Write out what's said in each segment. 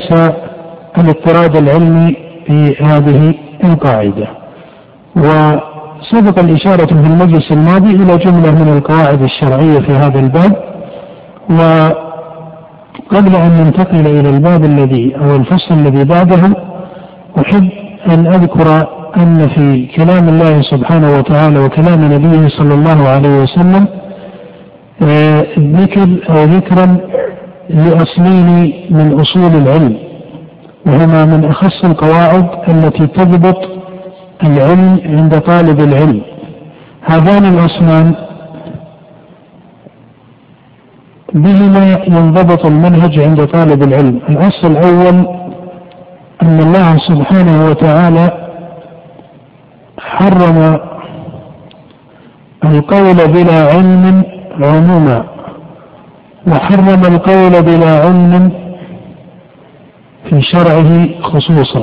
ليس الاضطراد العلمي في هذه القاعدة. وسبق الإشارة في المجلس الماضي إلى جملة من القواعد الشرعية في هذا الباب. وقبل أن ننتقل إلى الباب الذي أو الفصل الذي بعده أحب أن أذكر أن في كلام الله سبحانه وتعالى وكلام نبيه صلى الله عليه وسلم ذكرا لأصلين من أصول العلم، وهما من أخص القواعد التي تضبط العلم عند طالب العلم. هذان الأصلان بهما ينضبط المنهج عند طالب العلم. الأصل الأول أن الله سبحانه وتعالى حرم القول بلا علم عموما، وحرم القول بلا علم في شرعه خصوصا،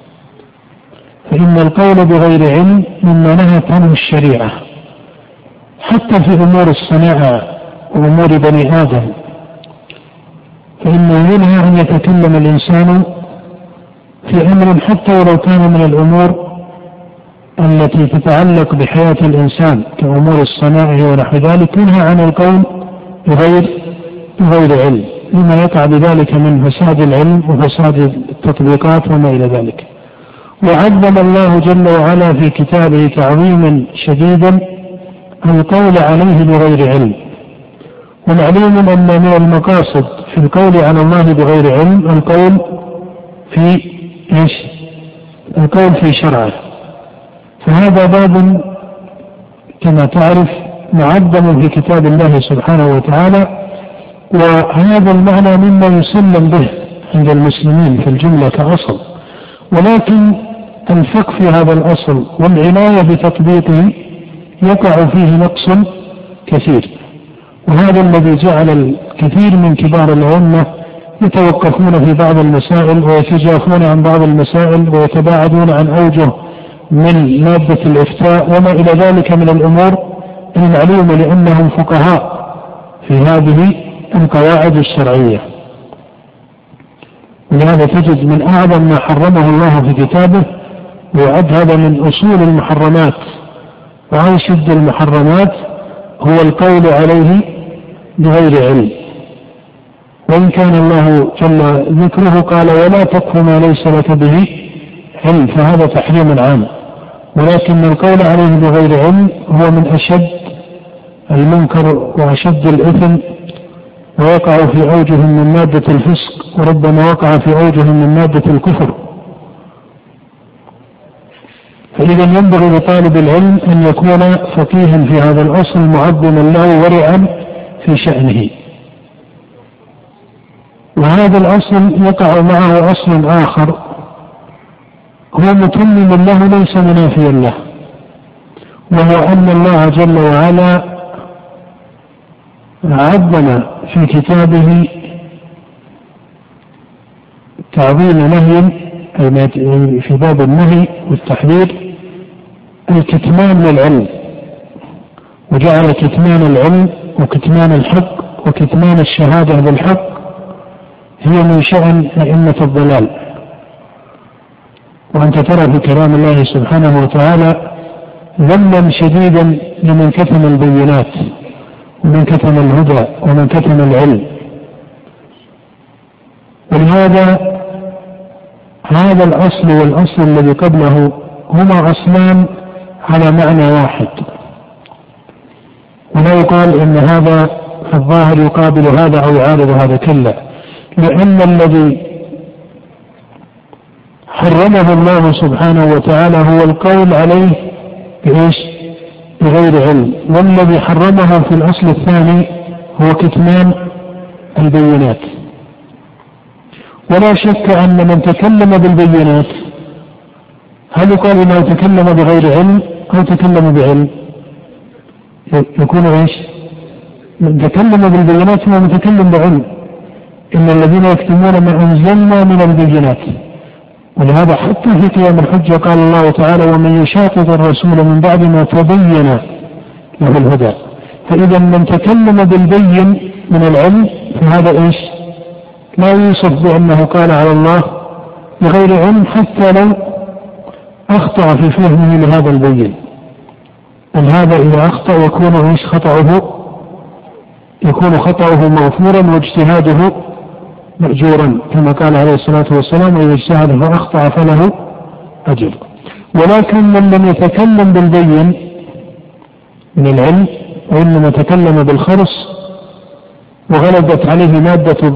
فإن القول بغير علم مما نهت عنه الشريعة حتى في أمور الصناعة وأمور بني آدم، فإنه ينهى أن يتكلم الإنسان في أمر حتى ولو كان من الأمور التي تتعلق بحياة الإنسان كأمور الصناعة ونحو ذلك، ينهى عن القول بغير علم لما يقع بذلك من فساد العلم وفساد التطبيقات وما إلى ذلك. وعظم الله جل وعلا في كتابه تعظيما شديدا القول عليه بغير علم. ومعلوم أن من المقاصد في القول على الله بغير علم القول في شرعه، فهذا باب كما تعرف معظم في كتاب الله سبحانه وتعالى، وهذا المعنى مما يسلم به عند المسلمين في الجملة كأصل، ولكن الفقه في هذا الأصل والعناية بتطبيقه يقع فيه نقص كثير، وهذا الذي جعل الكثير من كبار الأئمة يتوقفون في بعض المسائل ويتجافون عن بعض المسائل ويتباعدون عن أوجه من مادة الإفتاء وما إلى ذلك من الأمور المعلومة لأنهم فقهاء في هذه القواعد الشرعية. ولهذا تجد من أعظم ما حرمه الله في كتابه ويعد هذا من أصول المحرمات وأشد المحرمات هو القول عليه بغير علم، وإن كان الله جل ذكره قال ولا تقف ما ليس لك به علم، فهذا تحريم عام، ولكن القول عليه بغير علم هو من أشد المنكر وأشد الإثم، ويقع في أوجه من مادة الفسق وربما وقع في أوجه من مادة الكفر. فإذا ينبغي لطالب العلم أن يكون فقيها في هذا الأصل معظما له ورعا في شأنه. وهذا الأصل يقع معه أصل آخر هو متمم له ليس منافيا له، وهو أن الله جل وعلا عظم في كتابه تعظيم نهي في باب النهي والتحذير الكتمان للعلم، وجعل كتمان العلم وكتمان الحق وكتمان الشهادة بالحق هي من شأن أئمة الضلال. وأنت ترى في كلام الله سبحانه وتعالى ذما شديدا لمن كتم البينات ومن كتم الهدى ومن كتم العلم. ولهذا هذا الأصل والأصل الذي قبله هما أصلان على معنى واحد، ولا يقال إن هذا في الظاهر يقابل هذا أو يعارض هذا، كلا، لأن الذي حرمه الله سبحانه وتعالى هو القول عليه بغير علم، والذي حرمه في الأصل الثاني هو كتمان البينات. ولا شك أن من تكلم بالبينات هل يقال إنه تكلم بغير علم أو تكلم بعلم؟ يكون من تكلم بالبينات هو متكلم بعلم، إن الذين يكتمون ما أنزلنا من البينات. ولهذا حتى في قيام الحجة قال الله تعالى ومن يشاقق الرسول من بعد ما تبين له الهدى. فإذا من تكلم بالبين من العلم فهذا لا يوصف بأنه قال على الله بغير علم حتى لو أخطأ في فهمه لهذا البين. هذا إذا أخطأ يكون خطأه مغفورا واجتهاده مأجورا، كما قال عليه الصلاة والسلام: وإذا اجتهد فأخطأ فله أجر. ولكن من لم يتكلم بالبين من العلم وإنما تكلم بالخرص وغلبت عليه مادة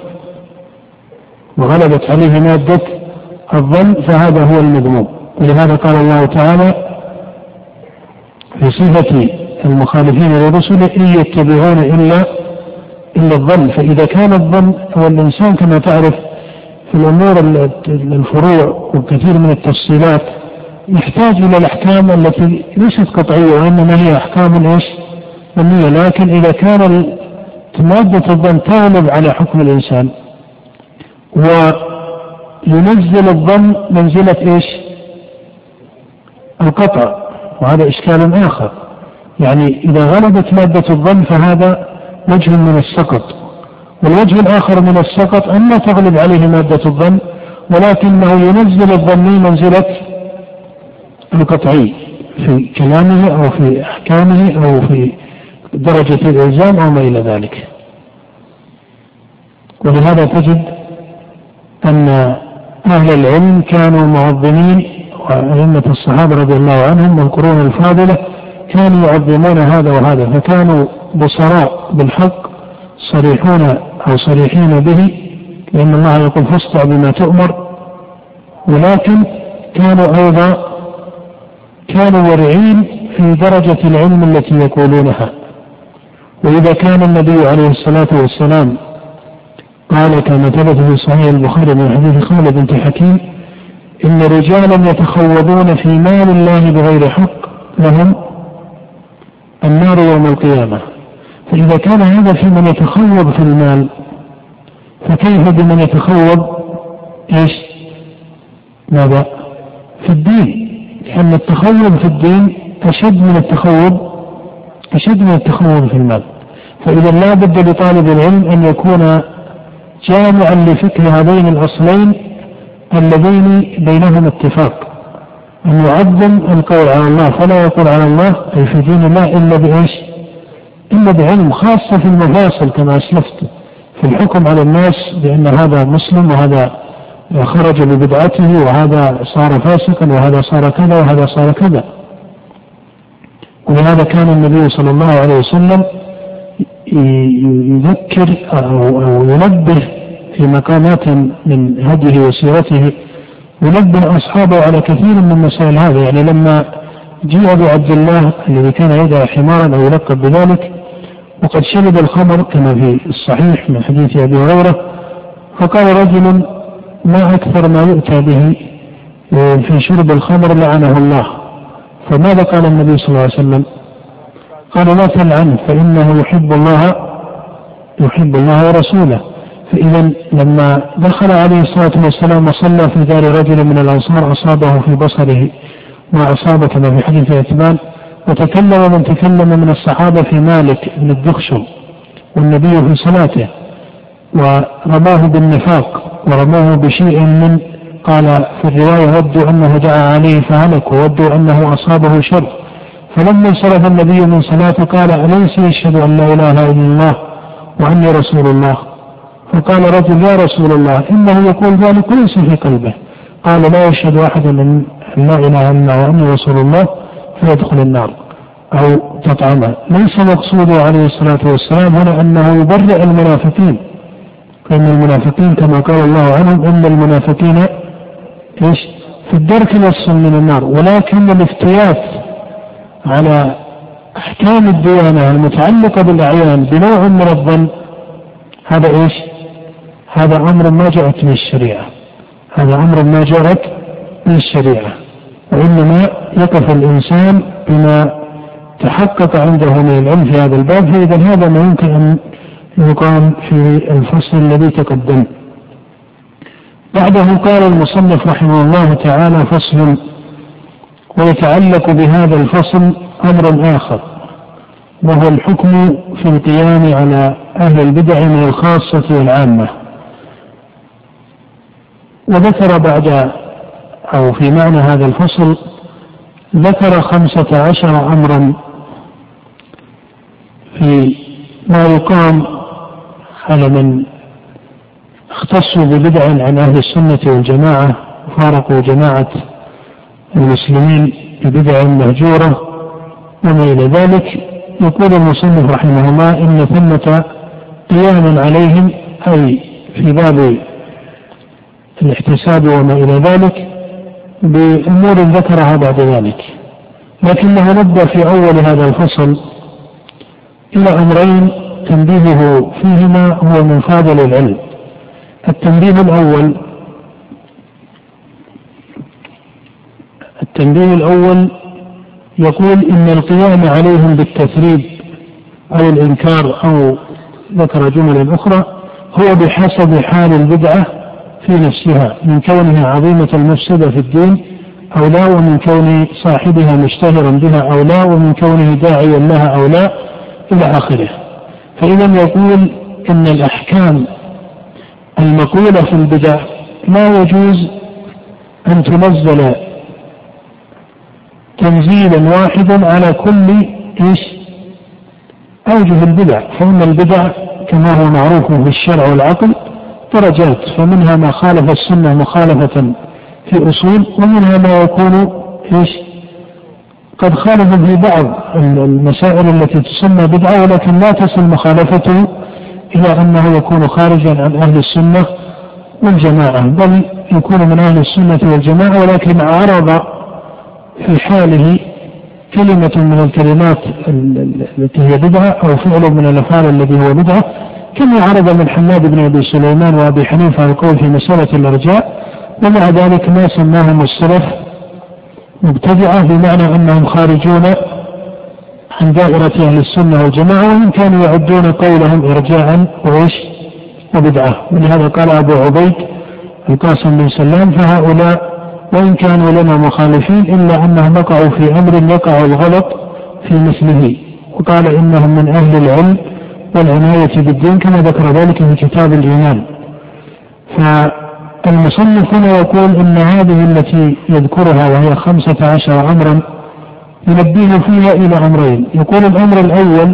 الظن فهذا هو المذموم. ولهذا قال الله تعالى في صفة المخالفين لرسله: إن يتبعون إلا الظن. فإذا كان الظن هو الإنسان كما تعرف في الأمور الفروع وكثير من التفصيلات يحتاج إلى الأحكام التي ليست قطعية وإنما هي أحكام ظنية، لكن إذا كان مادة الظن تغلب على حكم الإنسان وينزل الظن منزلة القطع، وهذا إشكال آخر. يعني إذا غلبت مادة الظن فهذا وجه من السقط، والوجه الآخر من السقط أن لا تغلب عليه مادة الظن ولكنه ينزل الظني منزلة القطعي في كلامه أو في أحكامه أو في درجة الإلزام أو ما إلى ذلك. ولهذا تجد أن أهل العلم كانوا معظمين، وأئمة الصحابة رضي الله عنهم والقرون الفاضلة كانوا يعظمون هذا وهذا، فكانوا بصراء بالحق صريحين به، لأن الله يقول: فاصدع بما تؤمر. ولكن كانوا ورعين في درجة العلم التي يقولونها. وإذا كان النبي عليه الصلاة والسلام قال كما ثبت في صحيح البخاري من حديث خالد بن حكيم: إن رجالا يتخوضون في مال الله بغير حق لهم النار يوم القيامة. فإذا كان هذا في من يتخوض في المال، فكيف بمن يتخوض ماذا؟ في الدين، لأن التخوض في الدين أشد من التخوض في المال. فإذا لا بد لطالب العلم أن يكون جامعا لفكر هذين الأصلين اللذين بينهم اتفاق، أن يعظم القول على الله فلا يقول على الله أي في دين الله إلا بعلم، خاصة في المفاصل كما أسلفت في الحكم على الناس بأن هذا مسلم وهذا خرج ببدعته وهذا صار فاسقا وهذا صار كذا وهذا صار كذا. ولهذا كان النبي صلى الله عليه وسلم يذكر أو ينبه في مقامات من هديه وسيرته، ينبه أصحابه على كثير من مسائل هذا. يعني لما جاء بعبد الله الذي كان يدعى حمارا أو يلقب بذلك وقد شرب الخمر كما في الصحيح من حديث أبي هريرة، فقال رجل: ما أكثر ما يؤتى به في شرب الخمر لعنه الله. فماذا قال النبي صلى الله عليه وسلم؟ قال: لا تلعنه فإنه يحب الله ورسوله. فإذا لما دخل عليه الصلاة والسلام وصلى في دار رجل من الأنصار أصابه في بصره ما أصاب كما في حديث عثمان، وتكلم من تكلم من الصحابة في مالك بن الدخشم والنبي في صلاته ورماه بالنفاق ورماه بشيء من، قال في الرواية: ودوا أنه دعا عليه فهلك وودوا أنه أصابه شر. فلما انصرف النبي من صلاته قال: أليس يشهد أن لا إله إلا الله وأني رسول الله؟ فقال رجل: يا رسول الله إنه يقول ذلك ليس في قلبه. قال: لا يشهد أحد أن لا إله إلا الله وأني رسول الله فيدخل النار أو تطعمه. ليس مقصوده عليه الصلاة والسلام هنا أنه يبرئ المنافقين، فإن المنافقين كما قال الله عنهم: إن المنافقين في الدرك الأسفل من النار. ولكن الافتيات على أحكام الديانة المتعلقة بالأعيان بنوع من الظن هذا أمر ما جاءت من الشريعة، وإنما يقف الإنسان بما تحقق عنده من العلم في هذا الباب. فإذا هذا ما يمكن أن يقام في الفصل الذي تقدم. بعده قال المصنف رحمه الله تعالى: فصل. ويتعلق بهذا الفصل أمر آخر، وهو الحكم في القيام على أهل البدع من الخاصة والعامة. وذكر بعد أو في معنى هذا الفصل ذكر 15 أمرا في ما يقام على من اختصوا ببدع عن أهل السنة والجماعة وفارقوا جماعة المسلمين ببدع مهجورة وما إلى ذلك. يقول المصنف رحمه الله إن ثمة قياما عليهم أي في باب الاحتساب وما إلى ذلك بأمور ذكرها بعد ذلك، لكنه نبدأ في أول هذا الفصل إلى أمرين تنبيهه فيهما هو من فاضل العلم. التنبيه الأول يقول إن القيام عليهم بالتثريب أو الإنكار أو ذكر جمل أخرى هو بحسب حال البدعة في نفسها من كونها عظيمة المفسدة في الدين أو لا، ومن كون صاحبها مشتهرا بها أو لا، ومن كونه داعيا لها أو لا، إلى آخره. فإذا يقول إن الأحكام المقولة في البدع لا يجوز أن تنزل تنزيلا واحدا على كل أوجه البدع، فإن البدع كما هو معروف في الشرع والعقل درجات، فمنها ما خالف السنة مخالفة في أصول، ومنها ما يكون قد خالف في بعض المسائل التي تسمى بدعة ولكن لا تصل مخالفته إلى أنه يكون خارجا عن أهل السنة والجماعة، بل يكون من أهل السنة والجماعة ولكن عرض في حاله كلمة من الكلمات التي هي بدعة أو فعل من الأفعال الذي هو بدعة، كما عرض من حماد بن أبي سليمان وأبي حنيفة القول في مسألة الإرجاء، ومع ذلك ما سماهم السلف مبتدعة بمعنى أنهم خارجون عن دائرة أهل السنة والجماعة، وإن كانوا يعدون قولهم إرجاعا وبدعة. ولهذا قال أبو عبيد القاسم بن سلام فهؤلاء وإن كانوا لنا مخالفين إلا أنهم وقعوا في أمر يقع الغلط في مثله، وقال إنهم من أهل العلم والعناية بالدين كما ذكر ذلك في كتاب الإيمان. فالمصنف هنا يقول إن هذه التي يذكرها وهي 15 أمرا ينبه فيها إلى أمرين. يقول الأمر الأول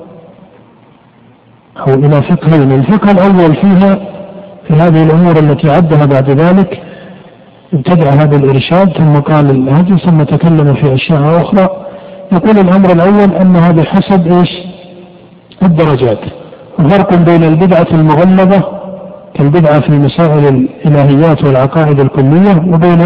أو إلى فقهين. الفقه الأول فيها في هذه الأمور التي عدها بعد ذلك ابتدع هذا الإرشاد ثم قال الهدي ثم تكلم في أشياء أخرى. يقول الأمر الأول أنها بحسب الدرجات، وفرق بين البدعة المغلظة كالبدعة في مسائل الإلهيات والعقائد الكلية وبين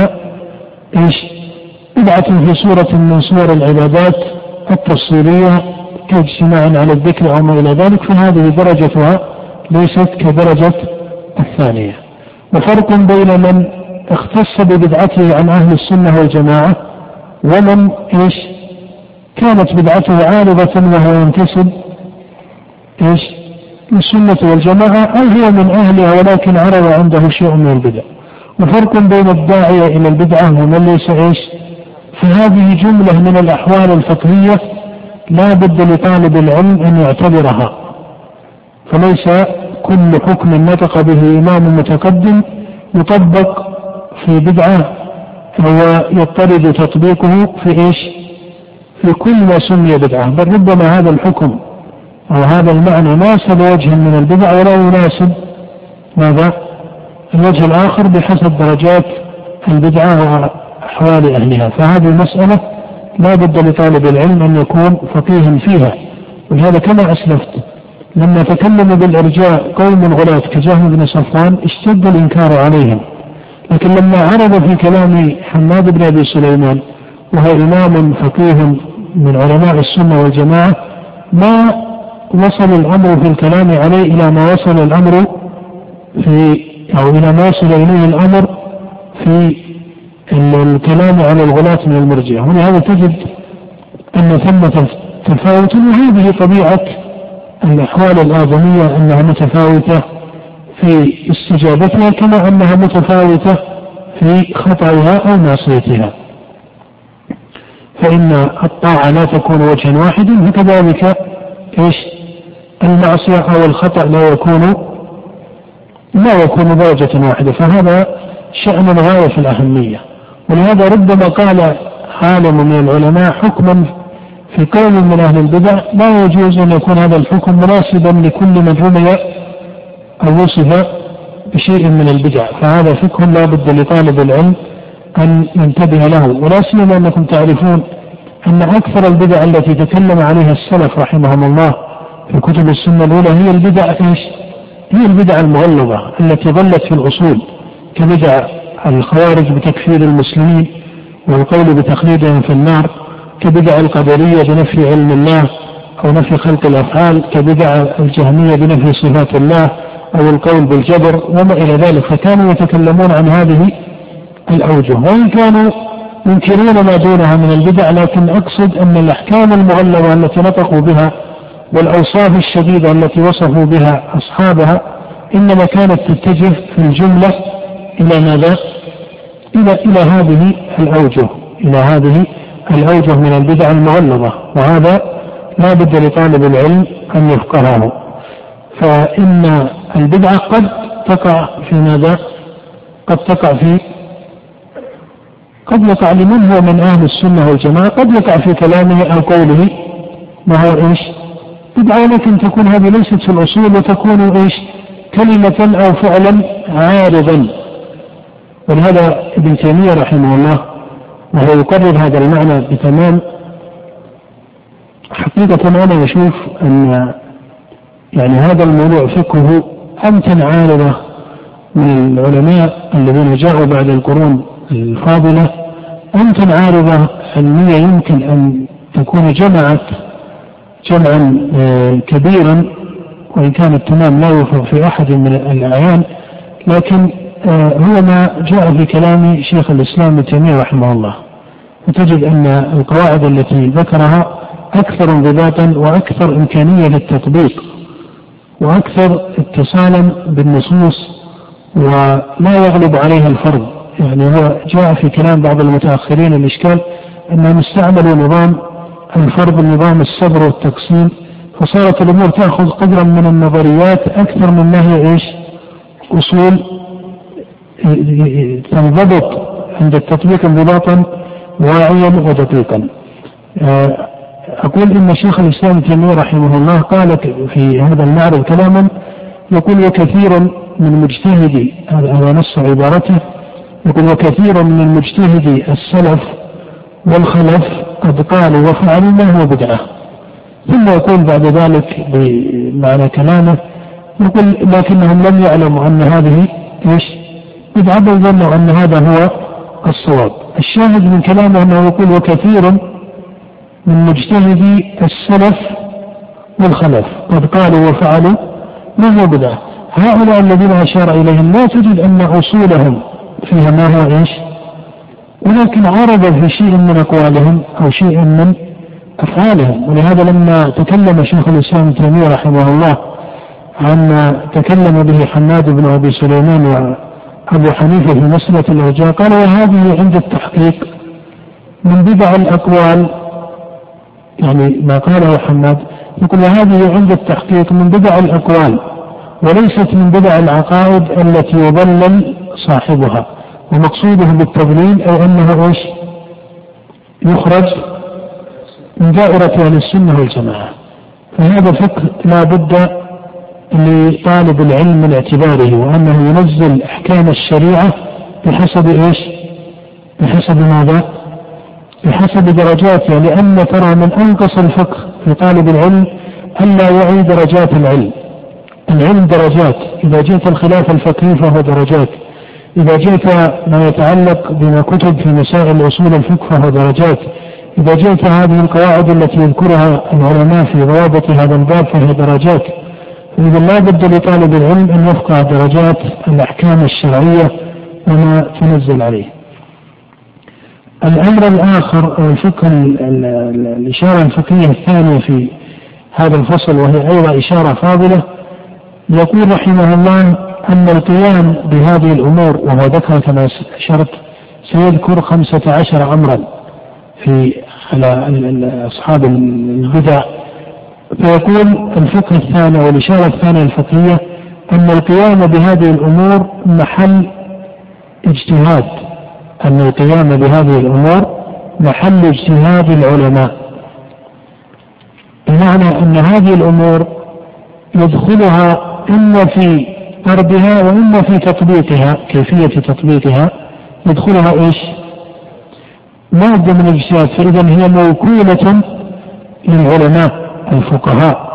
بدعة في صورة من صور العبادات التفصيلية كاجتماع على الذكر أو ما إلى ذلك، فهذه درجتها ليست كدرجة الثانية. وفرق بين من اختص ببدعته عن أهل السنة والجماعة ومن كانت بدعته عارضة وهو ينتسب للسنة والجماعة أو هو من أهلها ولكن عرض عنده شيء من البدع. وفرق بين الداعية إلى البدعة ومن ليس فهذه جملة من الأحوال الفقهية لا بد لطالب العلم أن يعتبرها، فليس كل حكم نطق به إمام متقدم يطبق في بدعة هو يضطرد تطبيقه في كل ما سمي بدعة، بل ربما هذا الحكم أو هذا المعنى ناسب وجه من البدع ولا يناسب ماذا الوجه الآخر بحسب درجات البدعة وأحوال أهلها. فهذه المسألة لا بد لطالب العلم أن يكون فقيها فيها. ولهذا كما أسلفت لما تكلم بالإرجاء قوم غلاة كجهم بن صفوان اشتد الإنكار عليهم، لكن لما عرض في كلام حماد بن أبي سليمان وهو إمام فقيه من علماء السنة والجماعة ما وصل الأمر في الكلام عليه إلى ما وصل الأمر إلى ما وصل إليه الأمر في الكلام على الغلاة من المرجئة. ولهذا تجد أن ثمة تفاوت، وهذه طبيعة الأحوال الآدمية أنها متفاوتة في استجابتها كما أنها متفاوتة في خطأها أو معصيتها، فإن الطاعة لا تكون وجها واحدا، وكذلك المعصية أو الخطأ لا يكون درجة واحدة. فهذا شأن غاية في الأهمية. ولهذا ربما قال عالم من العلماء حكما في قول من أهل البدع لا يجوز أن يكون هذا الحكم مناسبا لكل من رمي أو وصف بشيء من البدع، فهذا فقه لا بد لطالب العلم أن ينتبه له. ولا سيما أنكم تعرفون أن أكثر البدع التي تكلم عليها السلف رحمهم الله في كتب السنة الأولى هي البدع هي البدع المغلظة التي ظلت في الأصول، كبدع الخوارج بتكفير المسلمين والقول بتخليدهم في النار، كبدع القدرية بنفي علم الله أو نفي خلق الأفعال، كبدع الجهمية بنفي صفات الله أو القول بالجبر وما إلى ذلك. فكانوا يتكلمون عن هذه الأوجه، وإن كانوا ينكرون ما دونها من البدع، لكن أقصد أن الأحكام المغلظة التي نطقوا بها والأوصاف الشديدة التي وصفوا بها أصحابها إنما كانت تتجه في الجملة إلى ماذا؟ إلى هذه الأوجه من البدع المغلظة، وهذا لا بد لطالب العلم أن يفقهه. فإن البدعة قد تقع في ماذا؟ قد يقع لمن هو من أهل السنة والجماعة، قد يقع في كلامه أو قوله ما هو بدعة، لكن تكون هذه ليست في الأصول وتكون كلمة أو فعلا عارضا. ولهذا ابن تيمية رحمه الله وهو يقرر هذا المعنى بتمام، حقيقة أنا أشوف أن هذا الموضوع فقهه أمتن عارضة من العلماء الذين جاءوا بعد القرون الفاضلة، أمتن عارضة علمية يمكن أن تكون جمعا كبيرا، وإن كان التمام لا يوفق في أحد من الأعيان، لكن هو ما جاء في كلام شيخ الإسلام ابن تيمية رحمه الله. وتجد أن القواعد التي ذكرها أكثر انضباطا وأكثر إمكانية للتطبيق وأكثر اتصالا بالنصوص، ولا يغلب عليها الفرض. هو جاء في كلام بعض المتأخرين الإشكال أنهم استعملوا نظام الفرض، نظام الصبر والتقسيم، فصارت الأمور تأخذ قدرا من النظريات أكثر من ما هي أصول تنضبط عند التطبيق انضباطا واعيا ودقيقا. أقول إن شيخ الإسلام ابن تيمية رحمه الله قال في هذا المعرض كلاما يقول وكثير من مجتهدي، هذا نص عبارته، يقول وكثير من مجتهدي السلف والخلف قد قالوا وفعلوا ما هو بدعة. ثم يقول بعد ذلك بمعنى كلامه يقول لكنهم لم يعلموا أن هذه بدعة، بل ظنوا أن هذا هو الصواب. الشاهد من كلامه أنه يقول وكثير من مجتهدي السلف والخلف قد قالوا وفعلوا ما هو بدعة. هؤلاء الذين أشار إليهم لا تجد أن أصولهم فيها ما هو ولكن عرض في شيء من أقوالهم أو شيء من أفعالهم. ولهذا لما تكلم شيخ الإسلام ابن تيمية رحمه الله عما تكلم به حماد بن أبي سليمان وأبو حنيفة في مسألة الإرجاء قال وهذه عند التحقيق من بدع الأقوال، ما قاله حماد يقول وهذه عند التحقيق من بدع الأقوال وليست من بدع العقائد التي يضلل صاحبها، ومقصوده بالتضليل أو أنه يخرج من دائرة أهل السنة والجماعة. فهذا فقه لا بد لطالب العلم من اعتباره، وأنه ينزل أحكام الشريعة بحسب ماذا؟ بحسب درجاتها، لأن ترى من أنقص الفقه في طالب العلم ألا يعي درجات العلم. العلم درجات، إذا جئت الخلاف الفقهي فهو درجات، إذا جئت ما يتعلق بما كتب في مسائل أصول الفقه فهو درجات، إذا جئت هذه القواعد التي يذكرها العلماء في ضوابط هذا الباب فهي درجات. إذا لا بد لطالب العلم أن يفقه درجات الأحكام الشرعية وما تنزل عليه. الأمر الآخر أو الفقه الإشارة الفقهية الثانية في هذا الفصل، وهي أيضا إشارة فاضلة، يقول رحمه الله أن القيام بهذه الأمور، وهو ذكر كما أشرت سيذكر 15 أمرا على أصحاب البدع. فيقول الفقه الثاني والإشارة الثانية الفقهية أن القيام بهذه الأمور محل اجتهاد، أن القيام بهذه الأمور محل اجتهاد العلماء، بمعنى أن هذه الأمور يدخلها إما في أرضها وإما في تطبيقها، كيفية تطبيقها يدخلها إيش؟ مادة من الاجتهاد، فإذا هي موكولة للعلماء الفقهاء،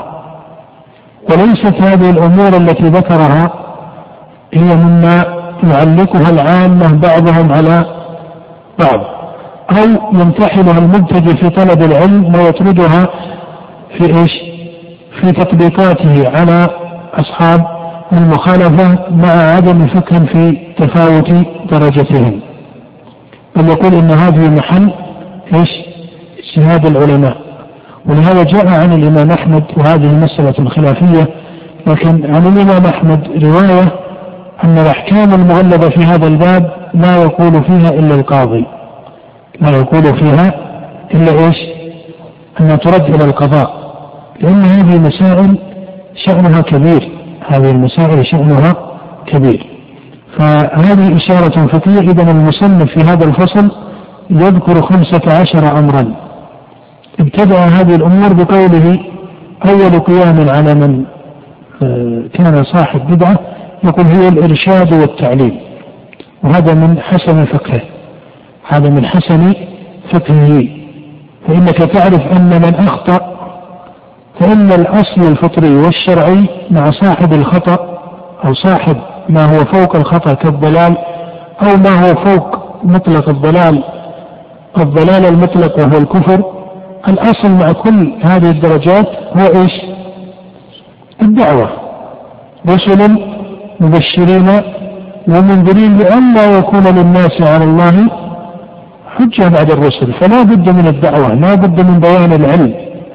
وليست هذه الأمور التي ذكرها هي مما يعلقها العامة بعضهم على بعض، أو يمتحنها المبتدئ في طلب العلم ويطردها في إيش؟ في تطبيقاته على أصحاب المخالفة مع عدم فقه في تفاوت درجتهم، بل يقول إن هذه محل إيش؟ اجتهاد العلماء. ولهذا جاء عن الإمام أحمد، وهذه مسألة خلافية، لكن عن الإمام أحمد رواية أن الأحكام المغلظة في هذا الباب لا يقول فيها إلا القاضي، لا يقول فيها إلا إيش؟ أن ترد إلى القضاء، لأن هذه مسائل شأنها كبير، هذه المسائل شأنها كبير. فهذه إشارة فقهية. إذن المصنف في هذا الفصل يذكر 15 أمرا ابتدأ هذه الأمور بقوله: أول قيام على من كان صاحب بدعة، يقول هي الإرشاد والتعليم، وهذا من حسن فقهه، هذا من حسن فقهه. فإنك تعرف أن من أخطأ فإن الأصل الفطري والشرعي مع صاحب الخطأ أو صاحب ما هو فوق الخطأ كالضلال، أو ما هو فوق مطلق الضلال المطلق وهو الكفر، الأصل مع كل هذه الدرجات هو إيش؟ الدعوة. رسل مبشرين ومنذرين لئلا يكون للناس على الله حجة بعد الرسل، فلا بد من الدعوة، لا بد من بيان العلم،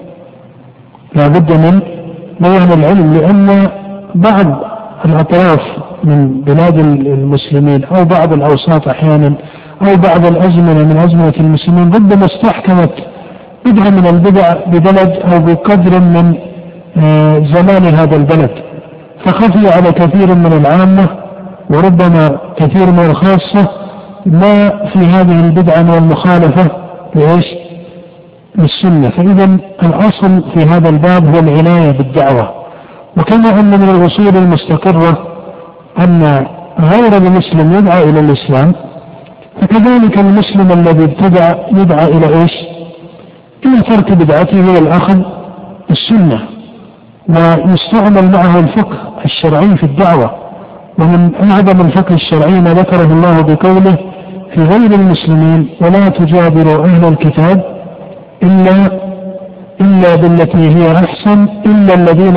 لا بد من بيان العلم، لأن بعض الأطراف من بلاد المسلمين أو بعض الأوساط أحيانا أو بعض الأزمنة من أزمنة المسلمين ربما استحكمت بدعة من البدع ببلد أو بقدر من زمان هذا البلد، فخفي على كثير من العامة وربما كثير من الخاصة ما في هذه البدعة من المخالفة لإيش؟ للسنة. فإذا الأصل في هذا الباب هو العناية بالدعوة. وكما أن من الأصول المستقرة أن غير المسلم يدعى إلى الإسلام، فكذلك المسلم الذي ابتدع يدعى إلى إيش؟ إلى ترك بدعته والأخذ السنة، ويستعمل معه الفقه الشرعي في الدعوة. ومن أعظم الفقه الشرعي ما ذكره الله بقوله في غير المسلمين: ولا تجادلوا أهل الكتاب إلا بالتي هي أحسن إلا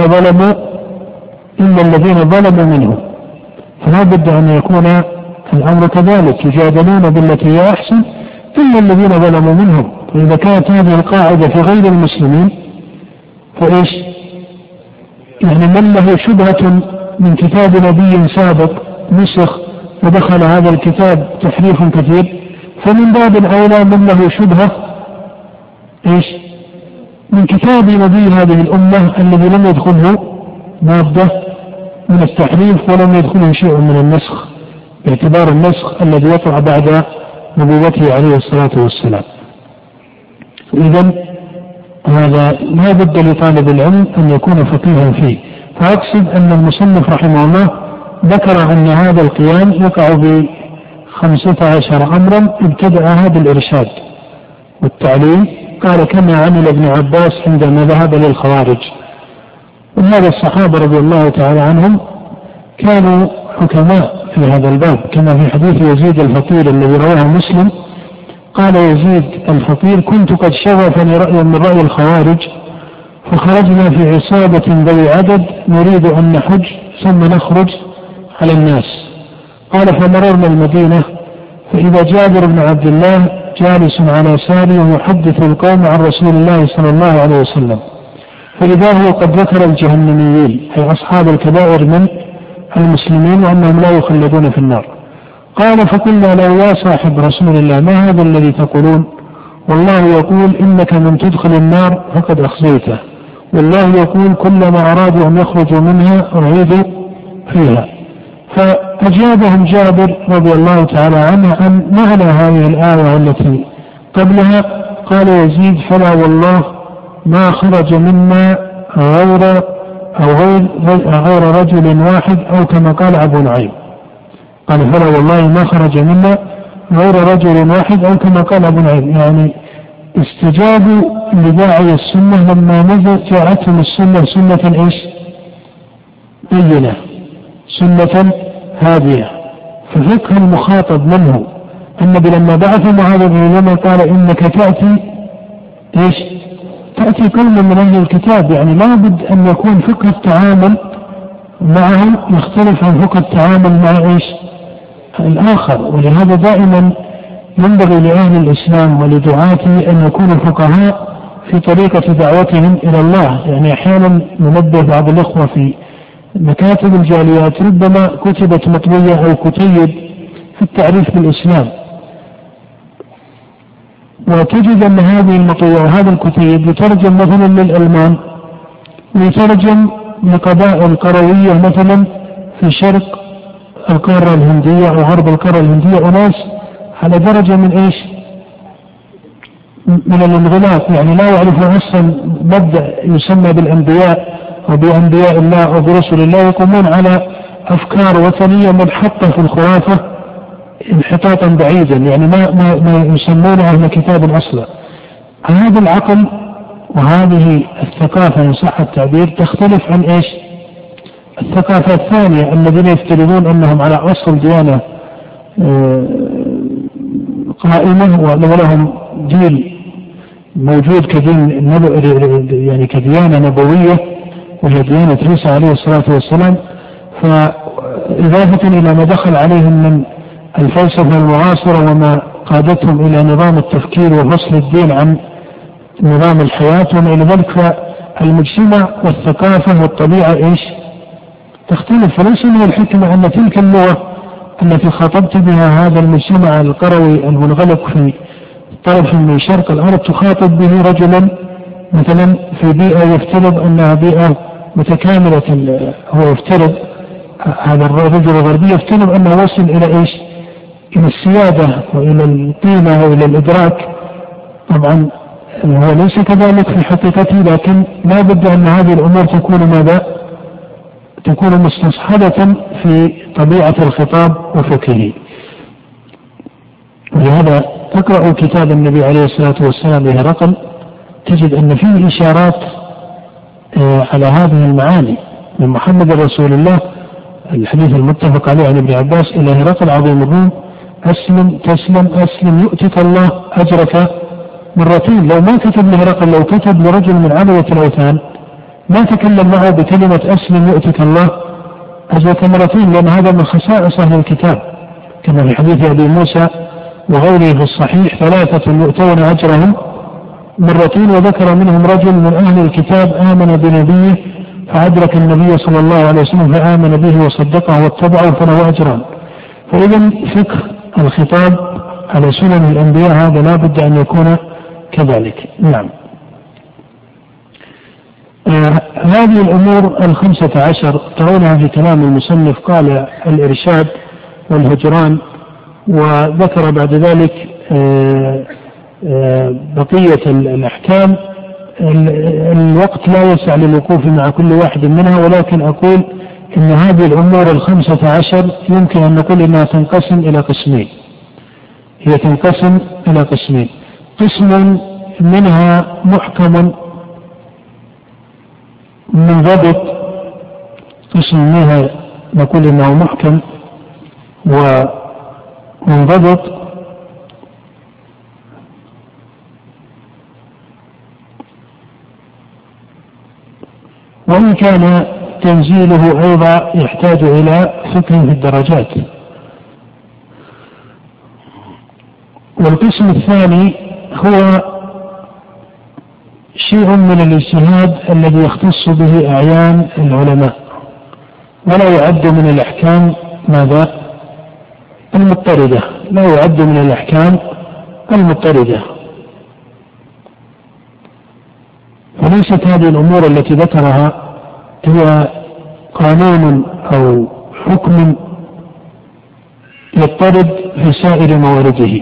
الذين ظلموا منهم. فلا بد أن يكون الأمر كذلك، يجادلون بالتي هي أحسن إلا الذين ظلموا منهم. وإذا كانت هذه القاعدة في غير المسلمين فإيش؟ يعني من له شبهة من كتاب نبي سابق نسخ ودخل هذا الكتاب تحريف كثير، فمن باب أولى من له شبهة إيش؟ من كتاب نبي هذه الأمة الذي لم يدخله مادة من التحريف ولم يدخله شيء من النسخ، باعتبار النسخ الذي يقع بعد نبوته عليه الصلاة والسلام. إذن هذا لا بد لطالب العلم أن يكون فقيها فيه. فأقصد أن المصنف رحمه الله ذكر أن هذا القيام يقع ب15 أمرا ابتدأها بالإرشاد والتعليم. قال: كما عمل ابن عباس عندما ذهب للخوارج. وهذا الصحابة رضي الله تعالى عنهم كانوا حكماء في هذا الباب، كما في حديث يزيد الفقير الذي رواه مسلم. قال يزيد الفقير: كنت قد شغفني رأي من رأي الخوارج، فخرجنا في عصابة ذوي عدد نريد أن نحج ثم نخرج على الناس. قال: فمررنا المدينة فإذا جابر بن عبد الله جالس على ساري ويحدث القوم عن رسول الله صلى الله عليه وسلم، فإذا هو قد ذكر الجهنميين أي أصحاب الكبائر من المسلمين وأنهم لا يخلدون في النار. قال: فقلنا له: يا صاحب رسول الله، ما هذا الذي تقولون؟ والله يقول: إنك من تدخل النار فقد أخزيته، والله يقول: كلما أرادوا أن يخرجوا منها أعيدوا فيها. أجابهم جابر رضي الله تعالى عنه عن معنى هذه الآية التي قبلها. قال يزيد: فلا والله ما خرج منا غير رجل واحد، أو كما قال أبو نعيم. قال: فلا والله ما خرج منا غير رجل واحد، أو كما قال أبو نعيم. يعني استجابوا لداعي السنة لما نزلت جاءتهم السنة سنة إيش؟ بينة، سنة هادية. ففقه المخاطب منه النبي لما بعث معاذ بن جبل قال: إنك تأتي إيش؟ تأتي قوم من أهل الكتاب. يعني لا بد أن يكون فقه التعامل معهم يختلف عن فقه التعامل مع إيش؟ الآخر. ولهذا دائما ينبغي لأهل الإسلام ولدعاته أن يكونوا فقهاء في طريقة دعوتهم إلى الله. يعني أحيانا ننبه بعض الأخوة في مكاتب الجاليات ربما كتبت مطوية أو كتيب في التعريف بالإسلام، وتجد أن هذه المطوية وهذا الكتيب يترجم مثلا للألمان ويترجم لقبائل قروية مثلا في شرق القارة الهندية أو غرب القارة الهندية، وناس على درجة من إيش؟ من الانغلاق. يعني لا يعرفون أصلا مبدأ يسمى بالأنبياء وبأنبياء الله وبرسل الله، يقومون على أفكار وثنية منحطة في الخرافة انحطاطا بعيدا، يعني ما يسمونه أهل كتاب أصلا. هذا العقل وهذه الثقافة إن صح التعبير تختلف عن إيش؟ الثقافة الثانية الذين يفترضون أنهم على أصل ديانة قائمة ولهم جيل موجود كدين يعني كديانة نبوية وهي ديانة عيسى عليه الصلاة والسلام. فإضافة إلى ما دخل عليهم من الفلسفة المعاصرة وما قادتهم إلى نظام التفكير وفصل الدين عن نظام الحياة وما إلى ذلك، فالمجتمع والثقافة والطبيعة إيش؟ تختلف. فليس من الحكمة أن تلك اللغة التي خاطبت بها هذا المجتمع القروي المنغلق في طرف من شرق الأرض تخاطب به رجلا مثلا في بيئة يفترض أنها بيئة متكاملة. هو يفترض هذا الرجل الغربي يفترض أنه وصل إلى إيش؟ إلى السيادة وإلى القيمة وإلى الإدراك. طبعا هو ليس كذلك في حقيقته، لكن لا بد أن هذه الأمور تكون ماذا؟ تكون مستصحبة في طبيعة الخطاب وفقهه. ولهذا تقرأ كتاب النبي عليه الصلاة والسلام لهرقل تجد أن فيه إشارات على هذه المعاني من محمد رسول الله، الحديث المتفق عليه عن ابن عباس: إلى هرقل عظيم الروم أسلم تسلم أسلم يؤتك الله أجرك مرتين. لو ما كتب لهرقل، لو كتب لرجل من عبدة الأوثان ما تكلم معه بكلمة أسلم يؤتك الله أجرك مرتين، لأن هذا من خصائص أهل الكتاب، كما في حديث أبي موسى وغيره في الصحيح: 3 يؤتون أجرهم مرتين. وذكر منهم رجل من أهل الكتاب آمن بنبيه فأدرك النبي صلى الله عليه وسلم فآمن به وصدقه واتبعه فله أجران. فإذا فقه الخطاب على سنن الأنبياء هذا لا بد أن يكون كذلك. نعم. هذه الأمور 15 ترونها في كلام المصنف. قال: الإرشاد والهجران، وذكر بعد ذلك بقية الأحكام. الوقت لا يسع للوقوف مع كل واحد منها، ولكن أقول إن هذه الأمور 15 يمكن أن نقول إنها تنقسم إلى قسمين. هي تنقسم إلى قسمين: قسم منها محكم منضبط، قسم منها نقول إنه محكم ومنضبط، وإن كان تنزيله أيضا يحتاج إلى فقه في الدرجات. والقسم الثاني هو شيء من الاجتهاد الذي يختص به أعيان العلماء، ولا يعد من الأحكام ماذا؟ المضطردة، لا يعد من الأحكام المضطردة. وليست هذه الأمور التي ذكرها هي قانون أو حكم يضطرد في سائر موارده.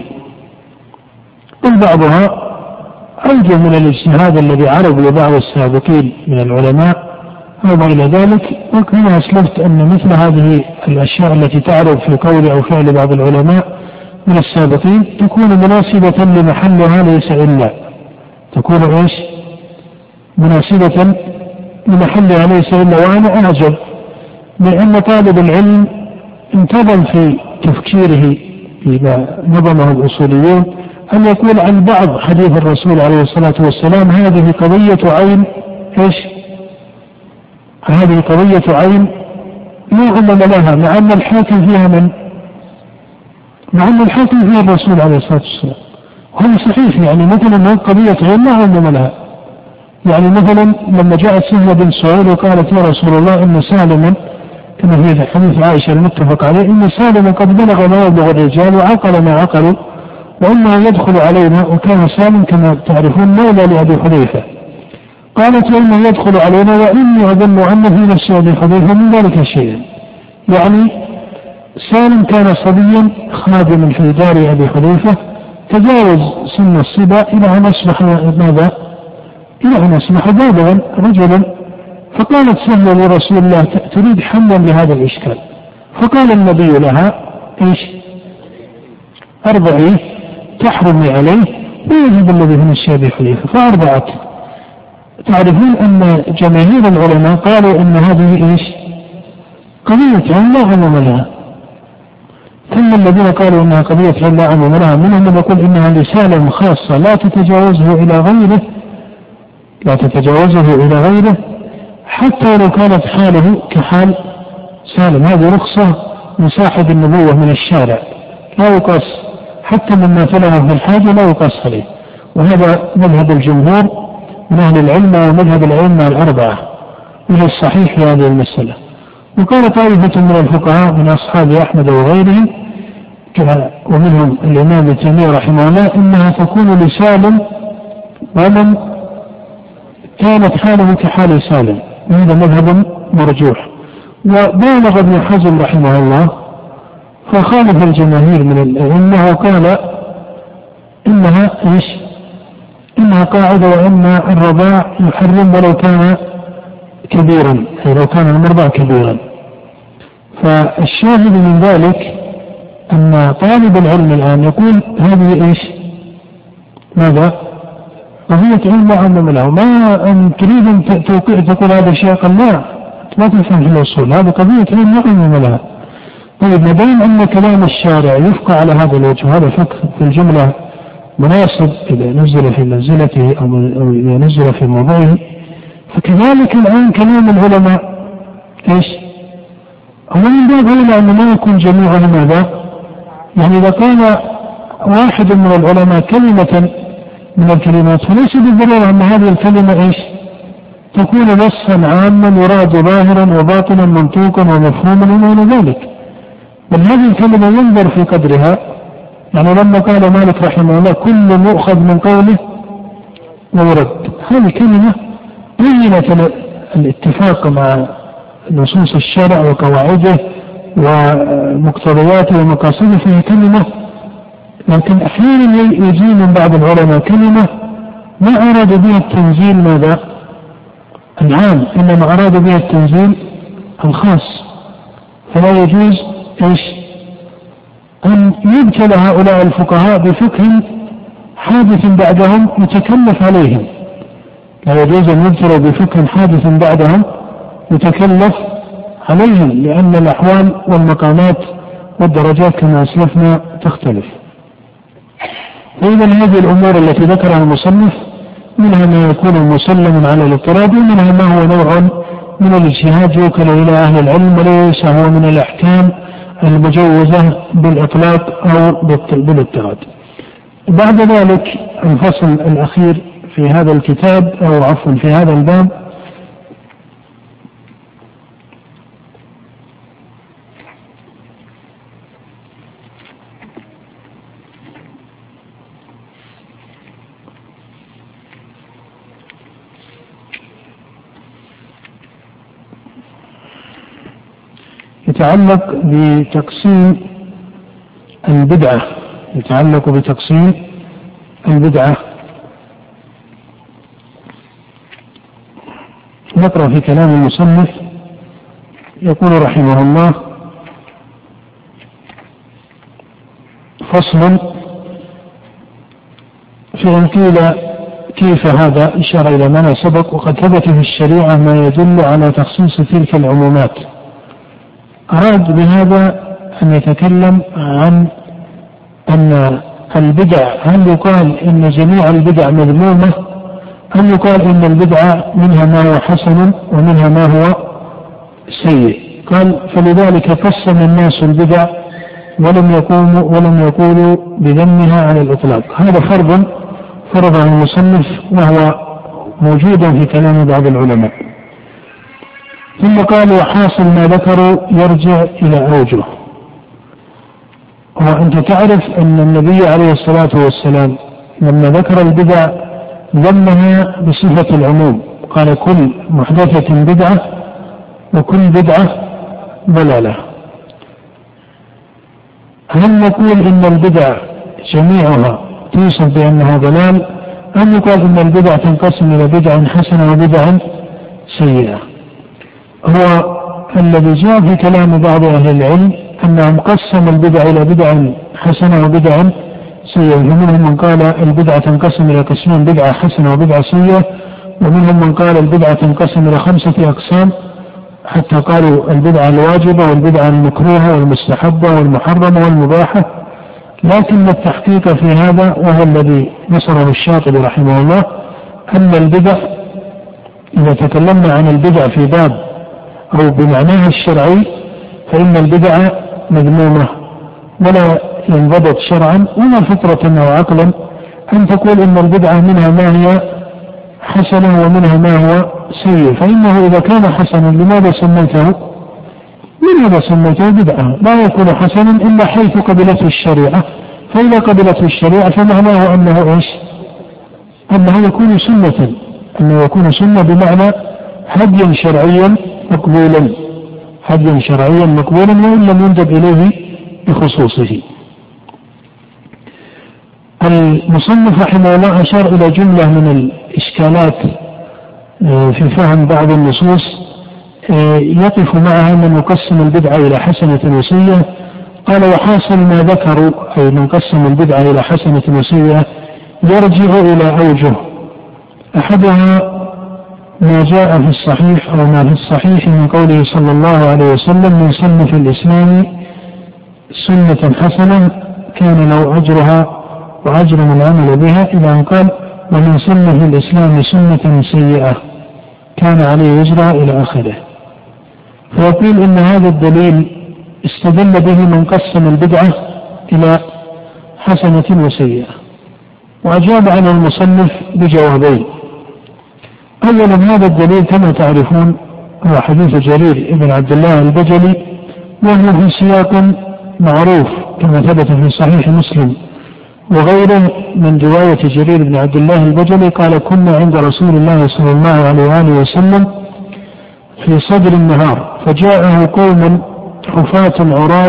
بعضها أوجه من الاجتهاد الذي عرض لبعض السابقين من العلماء أو ما إلى ذلك، وكما أسلفت أن مثل هذه الأشياء التي تعرض في قول أو فعل بعض العلماء من السابقين تكون مناسبة لمحلها ليس إلا تكون إيش؟ مناسبة لمحلها ليس إلا. وأنا أعجب لأن طالب العلم انتظم في تفكيره فيما نظمه الأصوليون أن يقول عن بعض حديث الرسول عليه الصلاة والسلام هذه قضية عين إيش؟ هذه قضية عين لا عمل لها، مع أن الحاكم فيها مع أن الحاكم فيها الرسول عليه الصلاة والسلام. وهذا صحيح، يعني مثلا قضية عين لا عمل لها. يعني مثلا لما جاءت سهلة بن سعود وقالت يا رسول الله إن سالما، كما في حديث عائشة المتفق عليه، إن سالما قد بلغ ما يبلغ الرجال وعقل ما عقلوا وإنه يدخل علينا، وكان سالم كما تعرفون مولى لأبي حذيفة. قالت وإنه يدخل علينا وإني أظن أن في نفس أبي حذيفة من ذلك شيئا. يعني سالم كان صبيا خادما في دار أبي حذيفة، تجاوز سن الصبا إلى أن أصبح ماذا؟ إلى أن أصبح بالغا رجلا. فقالت سهلة لرسول الله تريد حلا لهذا الإشكال، فقال النبي لها إيش؟ أرضعيه تحرمي عليه ويجب الذي في نفس أبي حذيفة، فأرضعت. تعرفون أن جماهير العلماء قالوا أن هذه إيش؟ قضية عين لا عموم لها. ثم الذين قالوا أنها قضية عين لا عموم لها منهم من يقول إنها رسالة خاصة لا تتجاوزه إلى غيره حتى لو كانت حاله كحال سالم. هذه رخصة من صاحب النبوة من الشارع، لا يقاس حتى مما فعله في الحاجة لا يقاس عليه. وهذا مذهب الجمهور من أهل العلم ومذهب الأئمة الأربعة، وهو الصحيح في هذه المسألة. وقال طائفة من الفقهاء من أصحاب أحمد وغيرهم ومنهم الإمام ابن تيمية رحمه الله إنها تكون لسالم ومن كانت حاله كحال سالم، وهذا مذهب مرجوح. وبالغ ابن حزم رحمه الله فخالف الجماهير من الأئمة وقال إنها إيش؟ إنها قاعدة وإن الرضاع يحرم ولو كان كبيرا، أي لو كان المرضع كبيرا. فالشاهد من ذلك أن طالب العلم الآن يقول هذه إيش؟ ماذا؟ قضية علم لا عموم له. ما أن تريد أن تقول هذا الشيء قال لا، ما تفهم في الأصول، هذه قضية علم لا عموم لها. طيب مدام أن كلام الشارع يفقى على هذا الوجه، هذا فقه في الجملة مناسب إذا نزل في منزلته أو إذا نزل في موضوعه، فكذلك الآن كلام العلماء إيش؟ هو من باب أولى أن ما يكون جميعها ماذا؟ يعني إذا كان واحد من العلماء كلمة من الكلمات فليس بالضرورة أن هذه الكلمة إيش؟ تكون نصا عاما يراد ظاهرا وباطنا منطوقا ومفهوما وما إلى ذلك، بل هذه الكلمة ينظر في قدرها. يعني لما قال مالك رحمه الله كل مؤخذ من قوله ويرد، هذه كلمة بينة الاتفاق مع نصوص الشرع وقواعده ومقتضياته ومقاصده، فهي كلمة. لكن أحيانا يجي من بعض العلماء كلمة ما أراد بها التنزيل ماذا؟ العام، إنما أراد بها التنزيل الخاص، فلا يجوز إيش؟ أن يبتلى هؤلاء الفقهاء بفقه حادث بعدهم يتكلف عليهم. لا يجوز أن يبتلى بفقه حادث بعدهم يتكلف عليهم، لأن الأحوال والمقامات والدرجات كما أسلفنا تختلف. وإذا هذه الأمور التي ذكرها المصنف منها ما يكون مسلم على الاضطراب، ومنها ما هو نوع من الاجتهاد يوكل إلى أهل العلم وليس هو من الأحكام المجوزة بالإطلاق أو بالاضطراد. بعد ذلك الفصل الأخير في هذا الكتاب أو عفوا في هذا الباب يتعلق بتقسيم البدعة، يتعلق بتقسيم البدعة. نقرأ في كلام المصنف. يقول رحمه الله: فصل. فإن قيل كيف هذا؟ إشارة إلى ما سبق، وقد ثبت في الشريعة ما يدل على تخصيص تلك العمومات. أراد بهذا أن يتكلم عن أن البدع، هل يقال إن جميع البدع مذمومة، أم يقال إن البدع منها ما هو حسن ومنها ما هو سيء؟ قال: فلذلك قسم الناس البدع ولم يقولوا بذمها على الإطلاق. هذا فرض المصنف، وهو موجود في كلام بعض العلماء. ثم قال: وحاصل ما ذكروا يرجع إلى أوجه. وأنت تعرف أن النبي عليه الصلاة والسلام لما ذكر البدع ذمها بصفة العموم، قال: كل محدثة بدعة وكل بدعة ضلالة. هل نقول إن البدع جميعها توصف بأنها ضلال، أم يقال إن البدع تنقسم إلى بدع حسنة وبدع سيئة؟ هو الذي جاء في كلام بعض أهل العلم أنهم قسموا البدع إلى بدع حسنة وبدع سيئة، فمنهم من قال البدعة تنقسم إلى قسمين: بدعة حسنة وبدعة سيئة. ومنهم من قال البدعة تنقسم إلى 5 أقسام، حتى قالوا البدعة الواجبة والبدعة المكروهة والمستحبة والمحرمة والمباحة. لكن التحقيق في هذا، وهو الذي نصره الشاطبي رحمه الله، أن البدع إذا تكلمنا عن البدع في باب أو بمعناها الشرعي فإن البدع مذمومة ولا ينضبط شرعا ولا فطرة أو عقلا أن تقول إن البدعة منها ما هي حسنة ومنها ما هو سيء. فإنه إذا كان حسنا لماذا سميته بدعة؟ لا يكون حسنا إلا حيث قبلته الشريعة، فإذا قبلته الشريعة فمعناه أنه إيش؟ أنه يكون سنة، أنه يكون سنة بمعنى هديا شرعيا مقبولا وإن لم يندب إليه بخصوصه. المصنف رحمه الله أشار إلى جملة من الإشكالات في فهم بعض النصوص يقف معها من يقسم البدعة إلى حسنة وسيئة. قال: وحاصل ما ذكروا، أي من قسم البدعة إلى حسنة وسيئة، يرجع إلى أوجه. أحدها ما جاء في الصحيح أو ما في الصحيح من قوله صلى الله عليه وسلم: من سن في الإسلام سنة حسنة كان له أجرها وأجر من عمل بها، إلى أن قال: ومن سن في الإسلام سنة سيئة كان عليه وزرها، إلى آخره. فيقول إن هذا الدليل استدل به من قسم البدعة إلى حسنة وسيئة. وأجاب عنه المصنف بجوابين. أولا، هذا الدليل كما تعرفون هو حديث جرير بن عبد الله البجلي، وهو في سياق معروف كما ثبت في صحيح مسلم وغيره من رواية جرير بن عبد الله البجلي قال: كنا عند رسول الله صلى الله عليه وآله وسلم في صدر النهار، فجاءه قوم حفاة عراة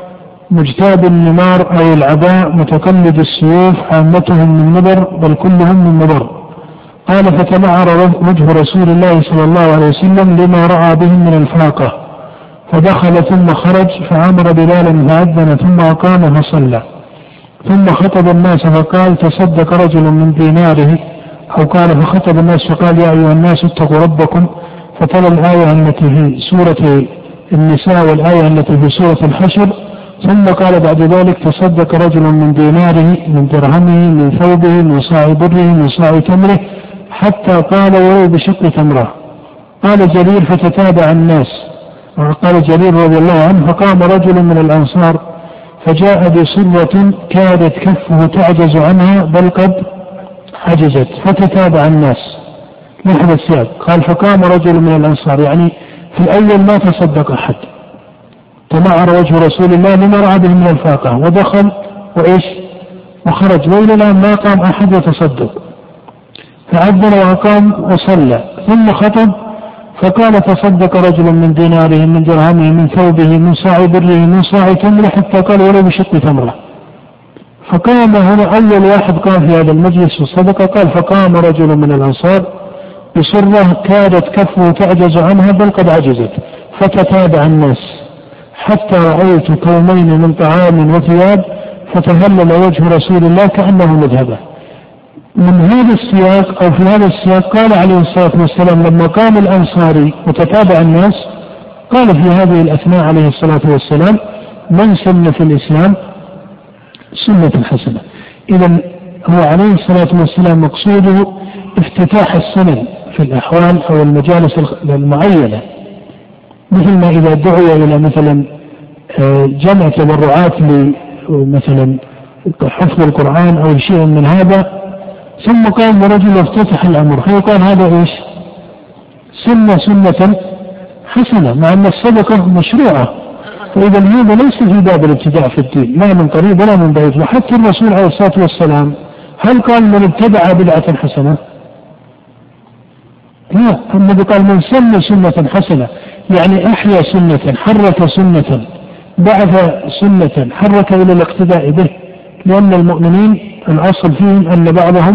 مجتاب النمار أي العباء متقلد السيوف، عامتهم من نبر بل كلهم من نبر. قال: فتمعر وجه رسول الله صلى الله عليه وسلم لما رأى بهم من الفاقة، فدخل ثم خرج فأمر بلالا فأذن ثم أقام فصلى، ثم خطب الناس فقال: تصدق رجل من ديناره، أو قال فخطب الناس فقال: يا أيها الناس اتقوا ربكم، فتلا الآية التي في سورة النساء والآية التي في سورة الحشر، ثم قال بعد ذلك: تصدق رجل من ديناره، من درهمه، من ثوبه، من صاع بره، من صاع تمره، حتى قال: ولو بشق تمره. قال جرير: فتتابع الناس. وقال جرير رضي الله عنه: فقام رجل من الأنصار فجاء بصرة كادت كفه تعجز عنها بل قد حجزت، فتتابع الناس. لاحظ السياق، قال: فقام رجل من الأنصار، يعني في الأول ما تصدق أحد، تمعر وجه رسول الله لما رأى به من الفاقة، ودخل وإيش وخرج، وإلى الآن ما قام أحد يتصدق، فأذن وأقام وصلى، ثم خطب فقال: تصدق رجل من ديناره، من درهمه، من ثوبه، من صاع بره، من صاع تمره، حتى قال: ولو بشق تمره. فقام هنا أول واحد قام في هذا المجلس والصدقة، قال فقام رجل من الأنصار بصرة كادت كفه تعجز عنها بل قد عجزت، فتتابع الناس حتى رأيت كومين من طعام وثياب فتهلل وجه رسول الله كأنه مذهبه. من هذا السياق أو في هذا السياق قال عليه الصلاة والسلام لما قام الأنصاري وتتابع الناس قال في هذه الأثناء عليه الصلاة والسلام من سن في الإسلام سنة حسنة. إذا هو عليه الصلاة والسلام مقصوده افتتاح السنن في الأحوال أو المجالس المعينة، مثل ما إذا دعي إلى مثلا جمع تبرعات مثلا حفظ القرآن أو شيء من هذا، ثم قام رجل وافتتح الأمر فيقال هذا إيش؟ سنة حسنة، مع أن الصدقة مشروعة. فإذا هذا ليس في باب الابتداع في الدين لا من قريب ولا من بعيد. وحتى الرسول عليه الصلاة والسلام هل قال من ابتدع بدعة حسنة؟ لا، النبي قال من سنة حسنة، يعني أحيا سنة، حرك سنة، بعث سنة، حرك إلى الاقتداء به، لأن المؤمنين الأصل فيهم أن بعضهم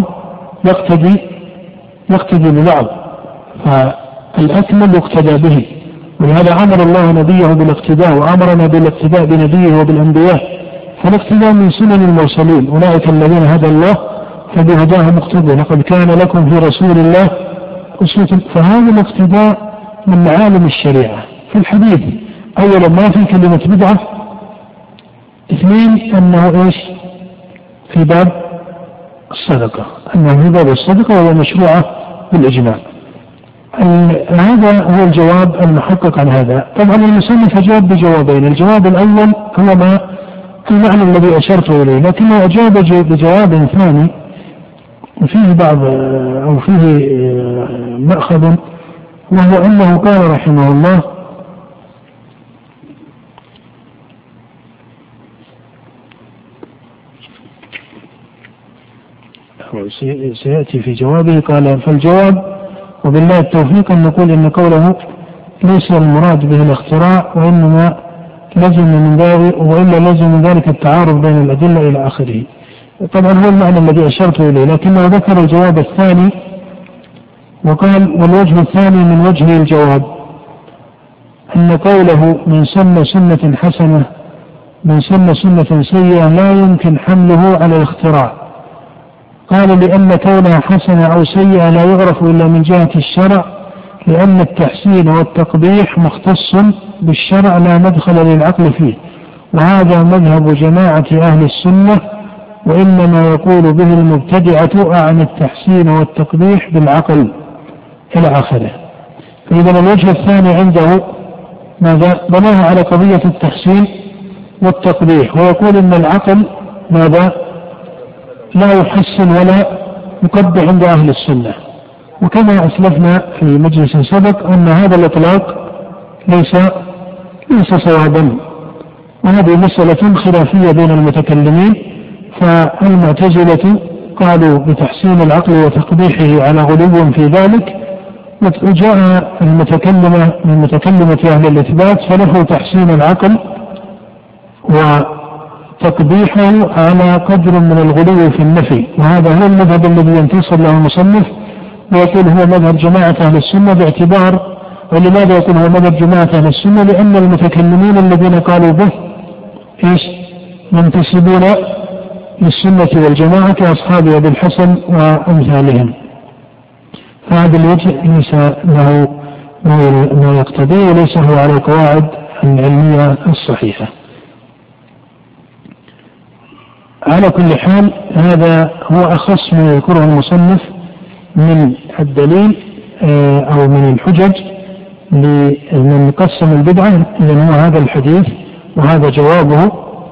يقتدي ببعض، فالأكمل يقتدى به. ولهذا أمر الله نبيه بالاقتداء وأمرنا بالاقتداء بنبيه وبالأنبياء، فالاقتداء من سنن المرسلين، أولئك الذين هدى الله فبهداه مقتدى، لقد كان لكم في رسول الله أسوة. فهذا الاقتداء من معالم الشريعة. في الحديث أولا ما في كلمة بدعة، اثنين أنه إيش في باب الصدقة، أنه في باب الصدقة وهي مشروعة بالإجماع. هذا هو الجواب المحقق عن هذا. طبعا المصنف أجاب بجوابين، الجواب الأول هو ما المعنى الذي أشرت إليه، لكنه أجاب بجواب ثاني وفيه بعض أو فيه مأخذ، وهو أنه قال رحمه الله سيأتي في جوابه، قال فالجواب وبالله التوفيق أن نقول إن قوله ليس المراد به الاختراع وإنما لزم من ذلك، وإلا لزم من ذلك التعارض بين الأدلة إلى آخره. طبعا هو المعنى الذي أشرت إليه، لكنه ذكر الجواب الثاني وقال والوجه الثاني من وجه الجواب أن قوله من سنة حسنة من سنة سيئة لا يمكن حمله على الاختراع. قال لأن كونها حسنة أو سيئة لا يعرف إلا من جهة الشرع، لأن التحسين والتقبيح مختص بالشرع لا مدخل للعقل فيه، وهذا مذهب جماعة أهل السنة، وإنما يقول به المبتدعة أعني التحسين والتقبيح بالعقل إلى آخره. فإذا الوجه الثاني عنده ماذا؟ بناه على قضية التحسين والتقبيح، ويقول إن العقل ماذا؟ لا يحسن ولا يقبح عند أهل السنة. وكما أسلفنا في مجلس سبق أن هذا الإطلاق ليس صوابا، وهذه مسألة خلافية بين المتكلمين. فالمعتزلة قالوا بتحسين العقل وتقبيحه على غلو في ذلك، وجاء المتكلمة من متكلمة أهل الإثبات فله تحسين العقل وتقبيحه على قدر من الغلو في النفي، وهذا هو المذهب الذي ينتصر له المصنف ويقول هو مذهب جماعة أهل السنة باعتبار. ولماذا يقول هو مذهب جماعة أهل السنة؟ لأن المتكلمين الذين قالوا به ينتسبون للسنة والجماعة كأصحاب أبي الحسن وأمثالهم. فهذا الوجه ليس له ما يقتضي وليس هو على القواعد العلمية الصحيحة. على كل حال هذا هو أخص ما يذكره المصنف من الدليل أو من الحجج لمن قسم البدعة. إذن هو هذا الحديث وهذا جوابه،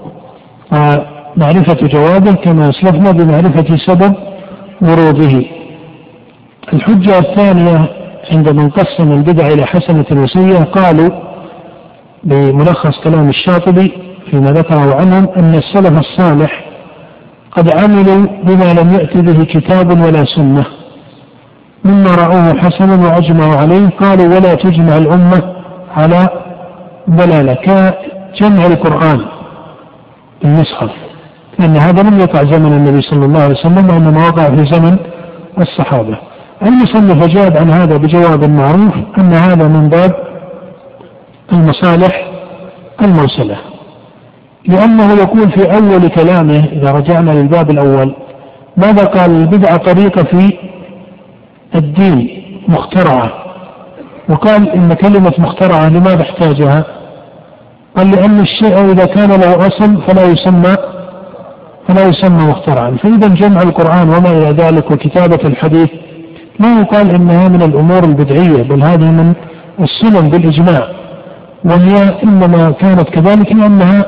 معرفة جوابه كما أسلفنا بمعرفة سبب وروده. الحجة الثانية عند من قسم البدع إلى حسنة وسيئة قالوا بملخص كلام الشاطبي فيما ذكره عنهم أن السلف الصالح قد عملوا بما لم يأت به كتاب ولا سنة مما رأوه حسنا وأجمعوا عليه. قالوا ولا تجمع الأمة على ضلالة كجمع القرآن المصحف لأن هذا لم يقع زمن النبي صلى الله عليه وسلم، وإنما وقع في زمن الصحابة. المصنف أجاب عن هذا بجواب معروف أن هذا من باب المصالح المرسلة، لأنه يقول في أول كلامه إذا رجعنا للباب الأول ماذا قال؟ البدعة طريقة في الدين مخترعة، وقال إن كلمة مخترعة لماذا احتاجها؟ قال لأن الشيء إذا كان له أصل فلا يسمى مخترعا. فإذا جمع القرآن وما إلى ذلك وكتابة الحديث لا يقال إنها من الأمور البدعية، بل هذه من السنن بالإجماع، وهي إنما كانت كذلك لأنها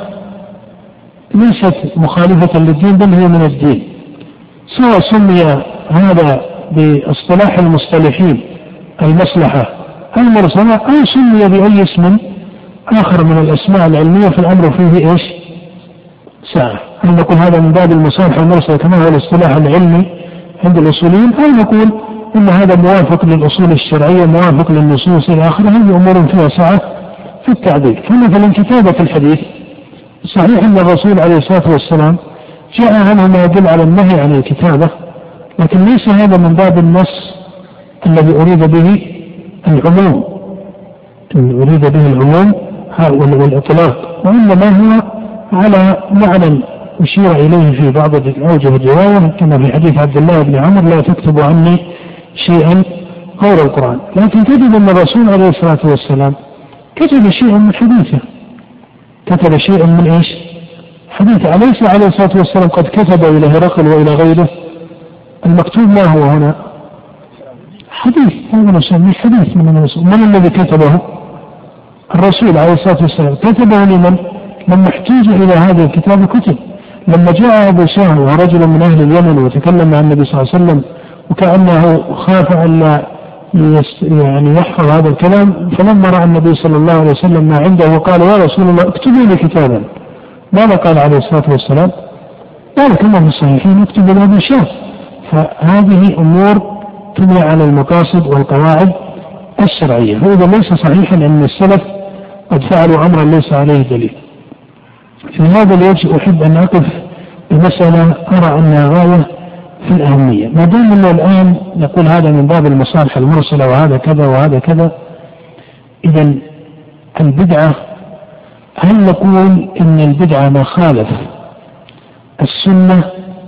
ليست مخالفة للدين بل هي من الدين. سواء سمي هذا باصطلاح المصطلحين المصلحة المرسلة أو سمي بأي اسم آخر من الأسماء العلمية، فالأمر فيه إيش؟ ساعة. هل نقول هذا من باب المصالح المرسلة كما هو الاصطلاح العلمي عند الأصوليين، أو نقول إن هذا موافق للأصول الشرعية موافق للنصوص إلى آخره؟ هذه أمور فيها سعة في التعديل. فمثلا كتابة الحديث صحيح أن الرسول عليه الصلاة والسلام جاء عنه ما يدل على النهي عن الكتابة، لكن ليس هذا من باب النص الذي أريد به العموم، أريد به العموم والإطلاق، وإنما هو على معنى أشير إليه في بعض أوجه الرواية كما في حديث عبد الله بن عمرو: لا تكتبوا عني شيئا غير القرآن. لكن تجد أن الرسول عليه الصلاة والسلام كتب شيئا من حديثه، كتب شيئا من إيش؟ حديثه. أليس عليه الصلاة والسلام قد كتب إلى هرقل وإلى غيره؟ المكتوب ما هو هنا؟ حديث، هو نسميه حديث من الرسول. من الذي كتبه؟ الرسول عليه الصلاة والسلام. كتبه لمن؟ لما احتاج إلى هذا الكتاب كتب. لما جاء أبو سهل ورجل من أهل اليمن وتكلم مع النبي صلى الله عليه وسلم وكأنه خاف أن يعني يحفظ هذا الكلام، فلما رأى النبي صلى الله عليه وسلم ما عنده قال: يا رسول الله اكتبوا لي كتابا. ماذا قال عليه الصلاة والسلام؟ قال كما في الصحيحين: اكتب لأبي شاف. فهذه أمور تبنى على المقاصد والقواعد الشرعية. فإذا ليس صحيحا أن السلف قد فعلوا أمرا ليس عليه دليل. في هذا الوجه أحب أن أقف بمسألة أرى أنها غاية في الأهمية. ما دام أنه الآن نقول هذا من باب المصالح المرسلة وهذا كذا وهذا كذا، إذا البدعة، هل نقول إن البدعة ما خالف السنة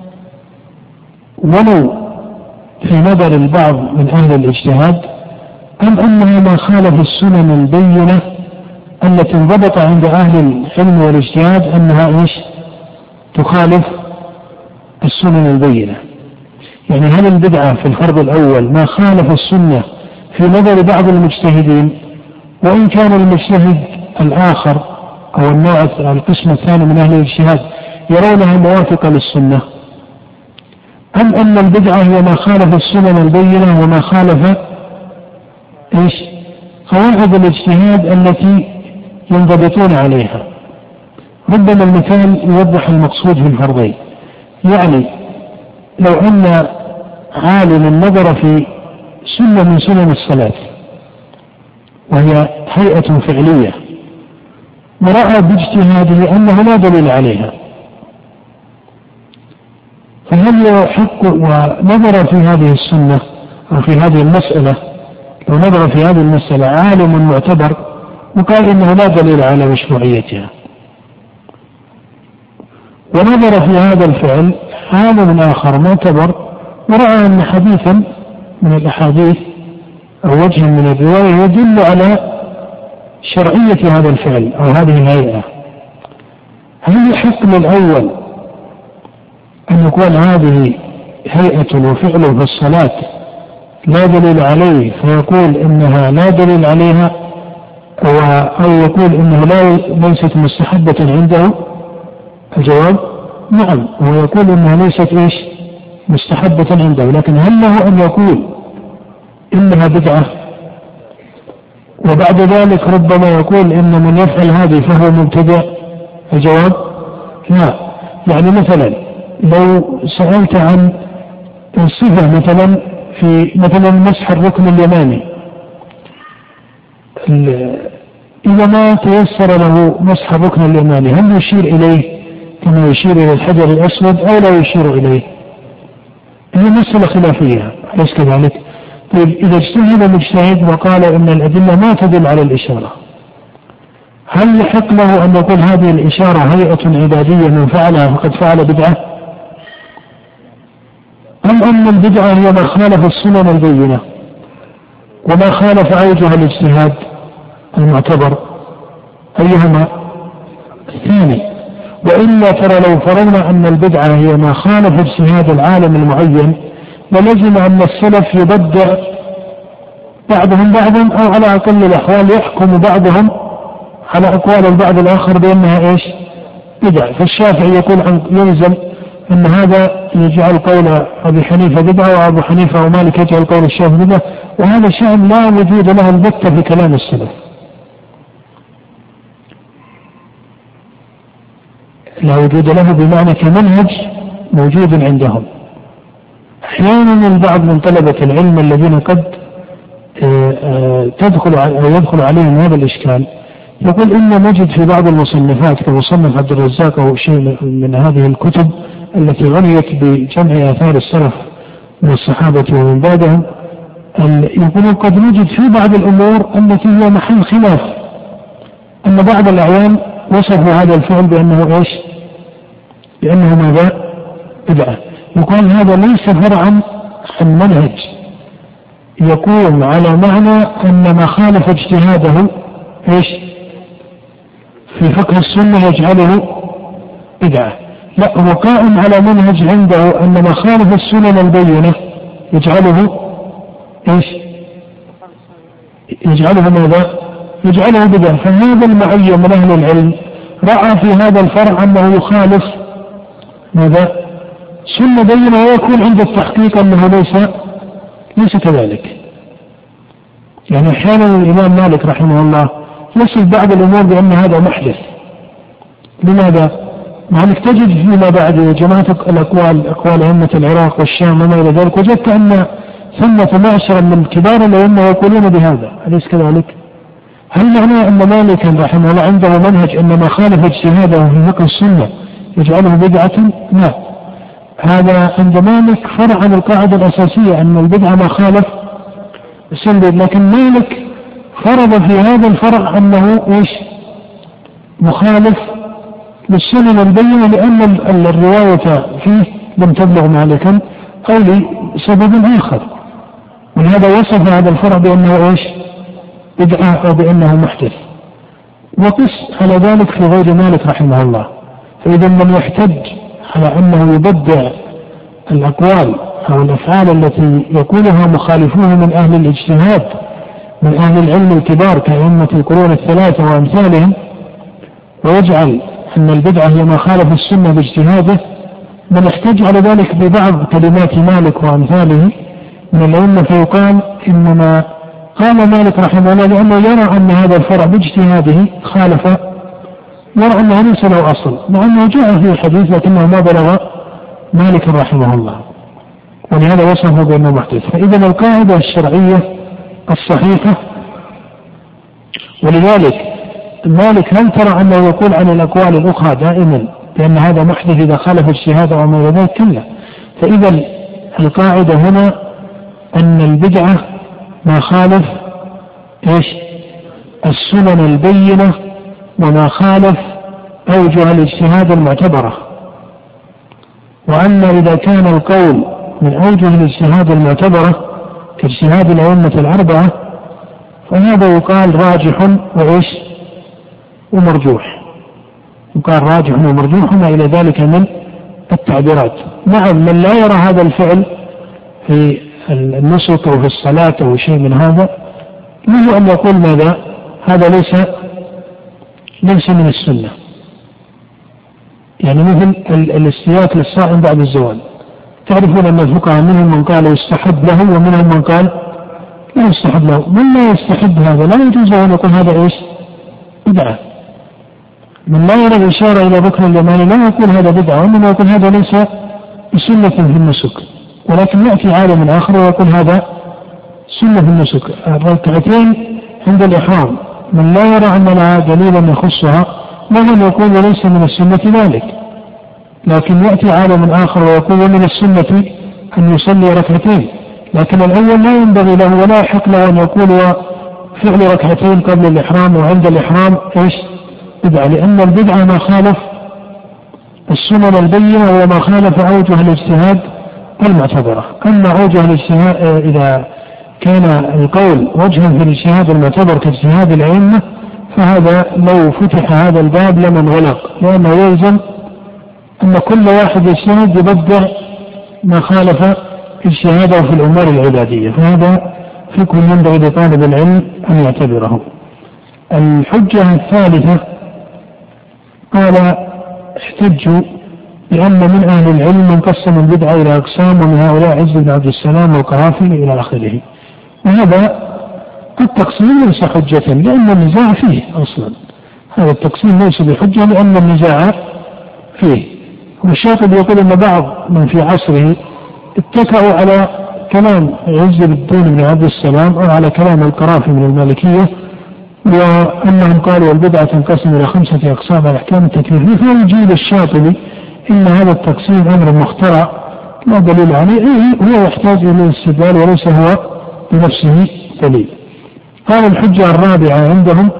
ولو في نظر البعض من أهل الاجتهاد، أم أنها ما خالف السنن البينة التي انضبط عند أهل العلم والاجتهاد أنها إيش؟ تخالف السنن البينة؟ يعني هل البدعة في الفرض الأول ما خالف السنة في نظر بعض المجتهدين، وإن كان المجتهد الآخر أو النوع القسم الثاني من أهل الاجتهاد يرونها موافقة للسنة، أم أن البدعة هي ما خالف السنن البينة وما خالف إيش؟ قواعد الاجتهاد التي ينضبطون عليها؟ ربما المثال يوضح المقصود في الفرضين. يعني لو أن عالم نظر في سنة من سنن الصلاة وهي هيئة فعلية ورأى باجتهاده أنه لا دليل عليها، فهل يحق ونظر في هذه السنة أو في هذه المسألة، لو نظر في هذه المسألة عالم معتبر وقال إنه لا دليل على مشروعيتها، ونظر في هذا الفعل عالم آخر معتبر ورأى أن حديثا من الأحاديث أو وجه من الرواية يدل على شرعية هذا الفعل أو هذه الهيئة، هل يحق للأول أن يكون هذه هيئة وفعل في الصلاة لا دليل عليه فيقول إنها لا دليل عليها، أو يقول إنه ليست مستحبة عنده؟ الجواب نعم، هو يقول إنها ليست إيش؟ مستحبة عنده. لكن هل له أن يقول إنها بدعة وبعد ذلك ربما يقول إن من يفعل هذه فهو مبتدع؟ الجواب لا. يعني مثلا لو سألت عن الصفة مثلا في مثلا مسح الركن اليماني، إذا ما تيسر له مسح الركن اليماني هل يشير إليه كما يشير إلى الحجر الأسود أو لا يشير إليه؟ هي مسألة خلافية، أليس كذلك؟ طيب إذا اجتهد المجتهد وقال إن الأدلة ما تدل على الإشارة، هل يحق له أن يقول هذه الإشارة هيئة عبادية من فعلها فقد فعل بدعة؟ أم أن البدعة هي ما خالف السنن البينة وما خالف أوجه الاجتهاد المعتبر؟ أيهما؟ الثاني. وإلا ترى لو فرضنا أن البدعة هي ما خالف اجتهاد العالم المعين للزم أن السلف يبدع بعضهم بعضا، أو على أقل الأحوال يحكم بعضهم على أقوال البعض الآخر بأنها إيش؟ بدعة. فالشافعي يقول يلزم أن هذا يجعل قول أبي حنيفة بدعة، وأبو حنيفة ومالك يجعل قول الشافعي بدعة، وهذا شأن لا وجود له البتة في كلام السلف، لا وجود له بمعنى كمنهج موجود عندهم. أحيانا البعض من طلبة العلم الذين قد يدخل عليهم هذا الإشكال يقول إن نجد في بعض المصنفات كمصنف عبد الرزاق أو شيء من هذه الكتب التي غنيت بجمع آثار السلف من الصحابة ومن بعدهم، يقولون قد نجد في بعض الأمور التي هي محل خلاف أن بعض الأعيان وصفوا هذا الفعل بأنه إيش؟ بأنه ماذا؟ بدعة. يقول هذا ليس فرعا عن منهج يقوم على معنى أن ما خالف اجتهاده إيش؟ في فقه السنة يجعله بدعة، لا، هو قائم على منهج عنده أن ما خالف السنن البينة يجعله إيش؟ يجعله ماذا؟ يجعله بدعة. فهذا المعين من أهل العلم رأى في هذا الفرع أنه يخالف ماذا؟ سنة بينة، ويكون عند التحقيق أنه ليس كذلك. يعني أحيانا الإمام مالك رحمه الله يصف بعض الأمور بأن هذا محدث. لماذا؟ مع أنك تجد فيما بعد جماعة أقوال أئمة العراق والشام وما إلى ذلك، وجدت أن ثمة معشرا من كبار الأئمة يقولون بهذا، أليس كذلك؟ هل معناه أن مالكا رحمه الله عنده منهج أن ما خالف اجتهاده في فقه السنة يجعله بدعة؟ لا، هذا عند مالك فرع عن القاعدة الأساسية أن البدعة ما خالف السنة، لكن مالك فرض في هذا الفرع أنه إيش؟ مخالف للسنن البينة، لأن الرواية فيه لم تبلغ مالكا أو لسبب آخر، ولهذا وصف هذا الفرع بأنه إيش؟ بدعة أو بأنه محدث. وقس على ذلك في غير مالك رحمه الله. فإذا من يحتج على أنه يبدع الأقوال أو الأفعال التي يقولها مخالفوه من أهل الاجتهاد من أهل العلم الكبار كأئمة القرون الثلاثة وأمثالهم، ويجعل أن البدعة هي ما خالف السنة باجتهاده، من يحتج على ذلك ببعض كلمات مالك وأمثاله من الأئمة فيقال إنما قال مالك رحمه الله لأنه يرى أن هذا الفرع باجتهاده خالف، يرى أنه ليس له أصل، مع أنه جاء في الحديث لكنه ما بلغ مالك رحمه الله، ولهذا وصفه بأنه محدث. فإذا القاعدة الشرعية الصحيحة، ولذلك مالك هل ترى أنه يقول عن الأقوال الأخرى دائما لأن هذا محدث إذا خالف اجتهاد أو ما ذلك؟ كلا. فإذا القاعدة هنا أن البدعة ما خالف إيش؟ السنن البينة وما خالف أوجه الاجتهاد المعتبرة، وأن إذا كان القول من أوجه الاجتهاد المعتبرة كاجتهاد الأئمة الأربعة فهذا يقال راجح وإيش؟ ومرجوح، يقال راجح ومرجوح وما إلى ذلك من التعبيرات. نعم، من لا يرى هذا الفعل في النسك أو في الصلاة أو شيء من هذا له أن يقول ماذا؟ هذا ليس من السنة. يعني مثل الاستياك للصائم بعد الزوال، تعرفون أن الفقهاء منهم من قال يستحب له ومنهم من قال لا يستحب له. من لا يستحب هذا لا يجوز أن يقول هذا إيش؟ بدعة. من لا يرى الإشارة إلى ركن اليماني لا يقول هذا بدعة، وإنما يقول هذا ليس بسنة في النسك. ولكن يأتي عالم آخر ويقول هذا سنة في النسك. الركعتين عند الإحرام من لا يرى أن لها دليلا يخصها له يقول ليس من السنة ذلك، لكن يأتي عالم آخر ويقول من السنة أن يصلي ركعتين، لكن الأول لا ينبغي له ولا يحق له أن يقول فعل ركعتين قبل الإحرام وعند الإحرام إيش بدعة، لأن البدعة ما خالف السنن البينة وما خالف أوجه الاجتهاد المعتبرة. أما أوجه الاجتهاد إذا كان القول وجها في الاجتهاد المعتبر كاجتهاد الأئمة فهذا لو فتح هذا الباب لمن غلق، لأنه يلزم أن كل واحد يجتهد يبدع ما خالف اجتهاده في الأمور العبادية، فهذا فقه ينبغي لطالب العلم أن يعتبره. الحجة الثالثة قال احتجوا بأن من أهل العلم من قسم البدعة إلى أقسام، ومن هؤلاء عز بن عبد السلام والقرافي إلى آخره. وهذا التقسيم ليس حجة لأن النزاع فيه أصلا، هذا التقسيم ليس بحجة لأن النزاع فيه. والشاطبي يقول أن بعض من في عصره اتكأوا على كلام عز بن عبد السلام أو على كلام القرافي من المالكية، وأنهم قالوا البدعة تنقسم إلى 5 أقسام على أحكام التكليف، فيجيب الشاطبي إن هذا التقسيم أمر مخترع لا دليل عليه، هو يحتاج إلى الاستدلال وليس هو بنفسه دليل. قال الحجة الرابعة عندهم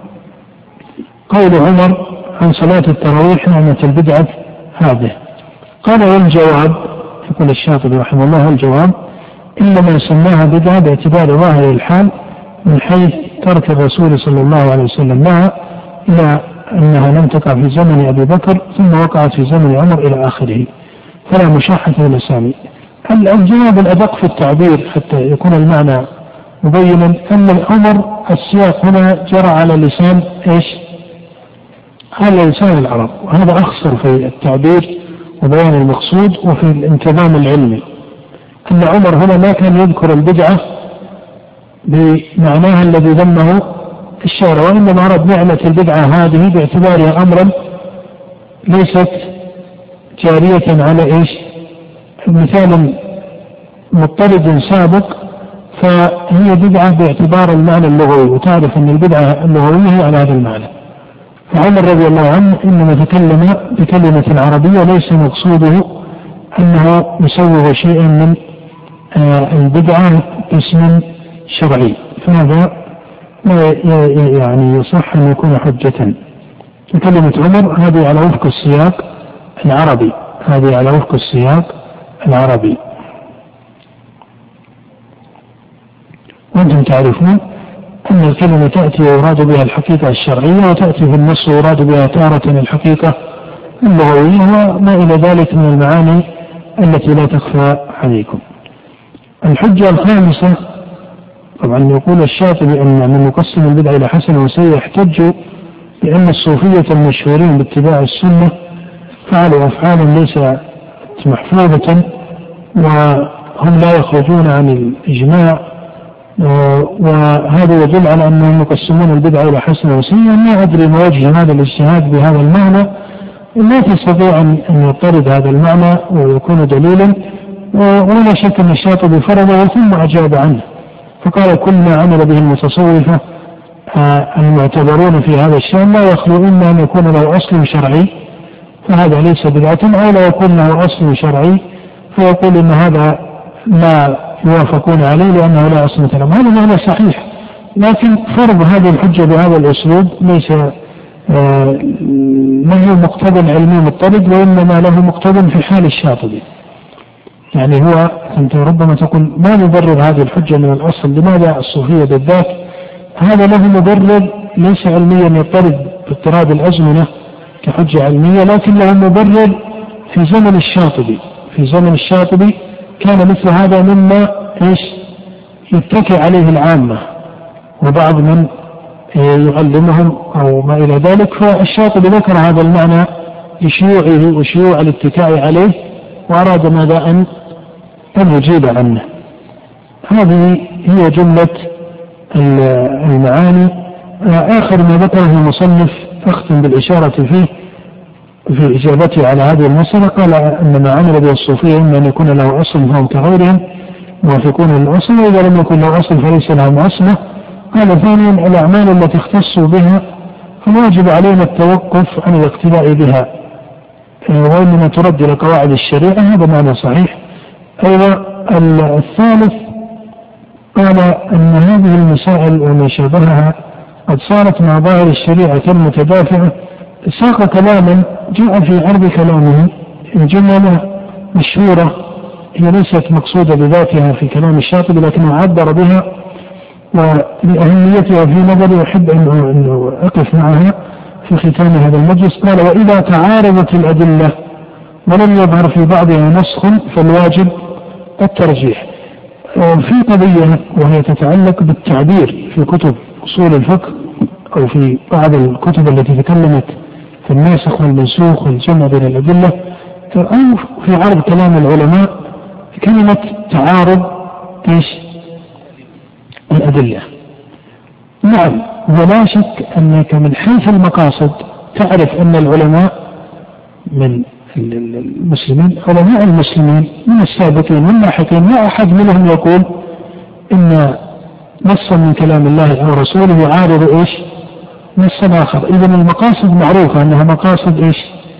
قول عمر عن صلاة التراويح نعمة البدعة هذه. قال والجواب، يقول الشاطبي رحمه الله الجواب إنما سماها بدعة باعتبار ظاهر الحال من حيث ترك الرسول صلى الله عليه وسلم لها إلى أنها لم تقع في زمن أبي بكر ثم وقعت في زمن عمر إلى آخره، فلا مشاحة في الأسامي. الجواب الأدق في التعبير حتى يكون المعنى مبينا أن الأمر السياق هنا جرى على لسان إيش؟ على لسان العرب، وهذا أخصر في التعبير وبيان المقصود وفي الانتظام العلمي. أن عمر هنا ما كان يذكر البدعة بمعناها الذي ذمه الشارع، وإنما أراد نعمة البدعة هذه باعتبارها أمرا ليست جارية على إيش؟ مثال مضطرد سابق، فهي بدعة باعتبار المعنى اللغوي، وتعرف أن البدعة اللغوية على هذا المعنى. فعمر رضي الله عنه إنما تكلم بكلمة عربية ليس مقصوده أنه يسوغ شيئا من البدعة باسم شرعي، فهذا يعني يصح أن يكون حجة. كلمة عمر هذه على وفق السياق العربي، هذه على وفق السياق العربي. وأنتم تعرفون أن الكلمة تأتي ويراد بها الحقيقة الشرعية، وتأتي في النص ويراد بها تارة الحقيقة اللغوية، وما إلى ذلك من المعاني التي لا تخفى عليكم. الحجة الخامسة طبعا يقول الشاطبي أن من يقسم البدع إلى حسن وسيء يحتج بأن الصوفية المشهورين باتباع السنة فعلوا أفعالا ليست محفوظة وهم لا يخرجون عن الإجماع، وهذا يدل على أنهم يقسمون البدع إلى حسن وسيء. ما أدري ما وجه هذا الاجتهاد بهذا المعنى، لا تستطيع أن يطرد هذا المعنى ويكون دليلا، ولا شك أن الشاطبي فرضه ثم أجاب عنه فقال كل ما عمل به المتصوفة المعتبرون في هذا الشأن لا يخلو إما أن يكون له أصل شرعي فهذا ليس بدعة، أو لا يكون له أصل شرعي فيقول إن هذا ما يوافقون عليه لأنه لا أصل لهم. هذا معنى صحيح، لكن فرض هذه الحجة بهذا الأسلوب ليس له مقتضى علمي مضطرد، وإنما له مقتضى في حال الشاطبي. يعني هو أنت ربما تقول ما نبرر هذه الحجة من الأصل، لماذا الصوفية بالذات؟ هذا له مبرر ليس علميا يضطرد باضطراب الأزمنة كحجة علمية، لكن له مبرر في زمن الشاطبي. في زمن الشاطبي كان مثل هذا مما يتكئ عليه العامة وبعض من يعلمهم أو ما إلى ذلك، فالشاطبي ذكر هذا المعنى لشيوعه وشيوع الاتكاء عليه وأراد ماذا أن يجيب عنه. هذه هي جملة المعاني. آخر ما ذكره المصنف أختم بالإشارة فيه في إجابته على هذه المسألة، قال أن ما عمل به الصوفية إما أن يكون له أصل فهم كغيرهم موافقون للأصل، وإذا لم يكن له أصل فليس لهم أصله. قال ثانيا الأعمال التي اختصوا بها فالواجب علينا التوقف عن الاقتداء بها، وإنما ترد إلى قواعد الشريعة، هذا معنى صحيح. أيضا الثالث قال أن هذه المسائل وما شابهها قد صارت مع ظاهر الشريعة المتدافعة. ساق كلاما جاء في عرض كلامه جملة مشهورة هي ليست مقصودة بذاتها في كلام الشاطبي، لكنه عبر بها ولأهميتها في نظري أحب أن أقف معها في ختام هذا المجلس. قال: وإذا تعارضت الأدلة ولم يظهر في بعضها نسخ فالواجب الترجيح. في قضية وهي تتعلق بالتعبير في كتب أصول الفقه أو في بعض الكتب التي تكلمت في الناسخ والمنسوخ والجمع بين الأدلة، أو في عرض كلام العلماء كلمة تعارض الأدلة. نعم، ولا شك أنك من حيث المقاصد تعرف أن العلماء من المسلمين، علماء المسلمين من السابقين واللاحقين، ما أحد منهم يقول إن نصا من كلام الله أو رسوله يعارض نصا آخر. إذن المقاصد معروفة أنها مقاصد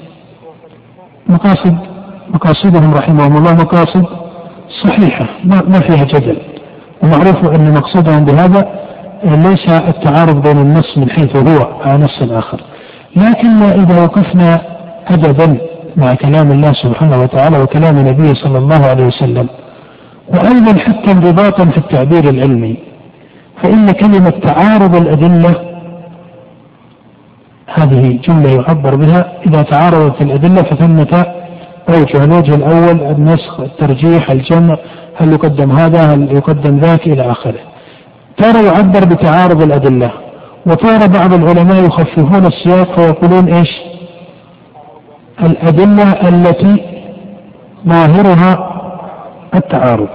مقاصدهم رحمهم الله مقاصد صحيحة ما فيها جدل، ومعروف أن مقصودهم بهذا ليس التعارض بين النص من حيث هو على نص آخر. لكن إذا وقفنا أدبا مع كلام الله سبحانه وتعالى وكلام نبيه صلى الله عليه وسلم، وأيضا حتى انضباطا في التعبير العلمي، فإن كلمة تعارض الأدلة هذه جملة يعبر بها إذا تعارضت الأدلة فثمة أوجه. الوجه الأول النسخ، الترجيح، الجمع، هل يقدم هذا هل يقدم ذاك إلى آخره. ترى يعبر بتعارض الأدلة، وترى بعض العلماء يخففون السياق فيقولون الأدلة التي ظاهرها التعارض.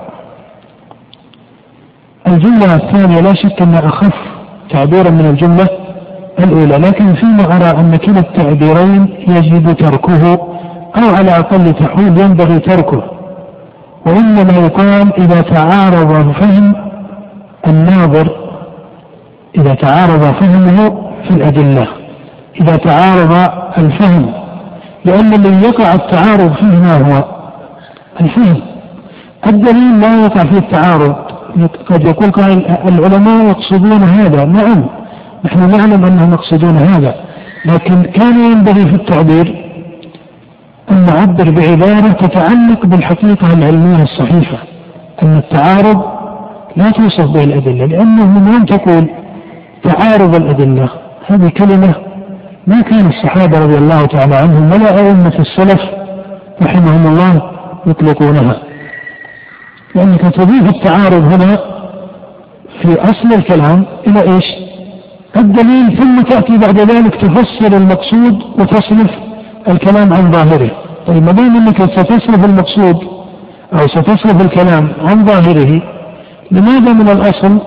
الجملة الثانية لا شك أنها أخف تعبيرا من الجملة الأولى، لكن فيما أرى أن كلا التعبيرين يجب تركه، أو على أقل تحويل ينبغي تركه. وإنما يقال إذا تعارض فهم الناظر، إذا تعارض فهمه في الأدلة، إذا تعارض الفهم، لأن الذي يقع التعارض فيه ما هو الفهم. الدليل لا يقع فيه التعارض. قد يقول قائل العلماء يقصدون هذا، نعم نحن نعلم أنهم يقصدون هذا، لكن كان ينبغي في التعبير أن نعبر بعبارة تتعلق بالحقيقة العلمية الصحيحة، أن التعارض لا توصف به الأدلة، لأنه من أن تقول تعارض الأدلة هذه كلمة ما كان الصحابة رضي الله تعالى عنهم ولا أئمة السلف رحمهم الله يطلقونها، لأنك تضيف التعارض هنا في أصل الكلام إلى الدليل، ثم تأتي بعد ذلك تفسر المقصود وتصرف الكلام عن ظاهره. طيب ما دام أنك ستصرف المقصود أو ستصرف الكلام عن ظاهره، لماذا من الأصل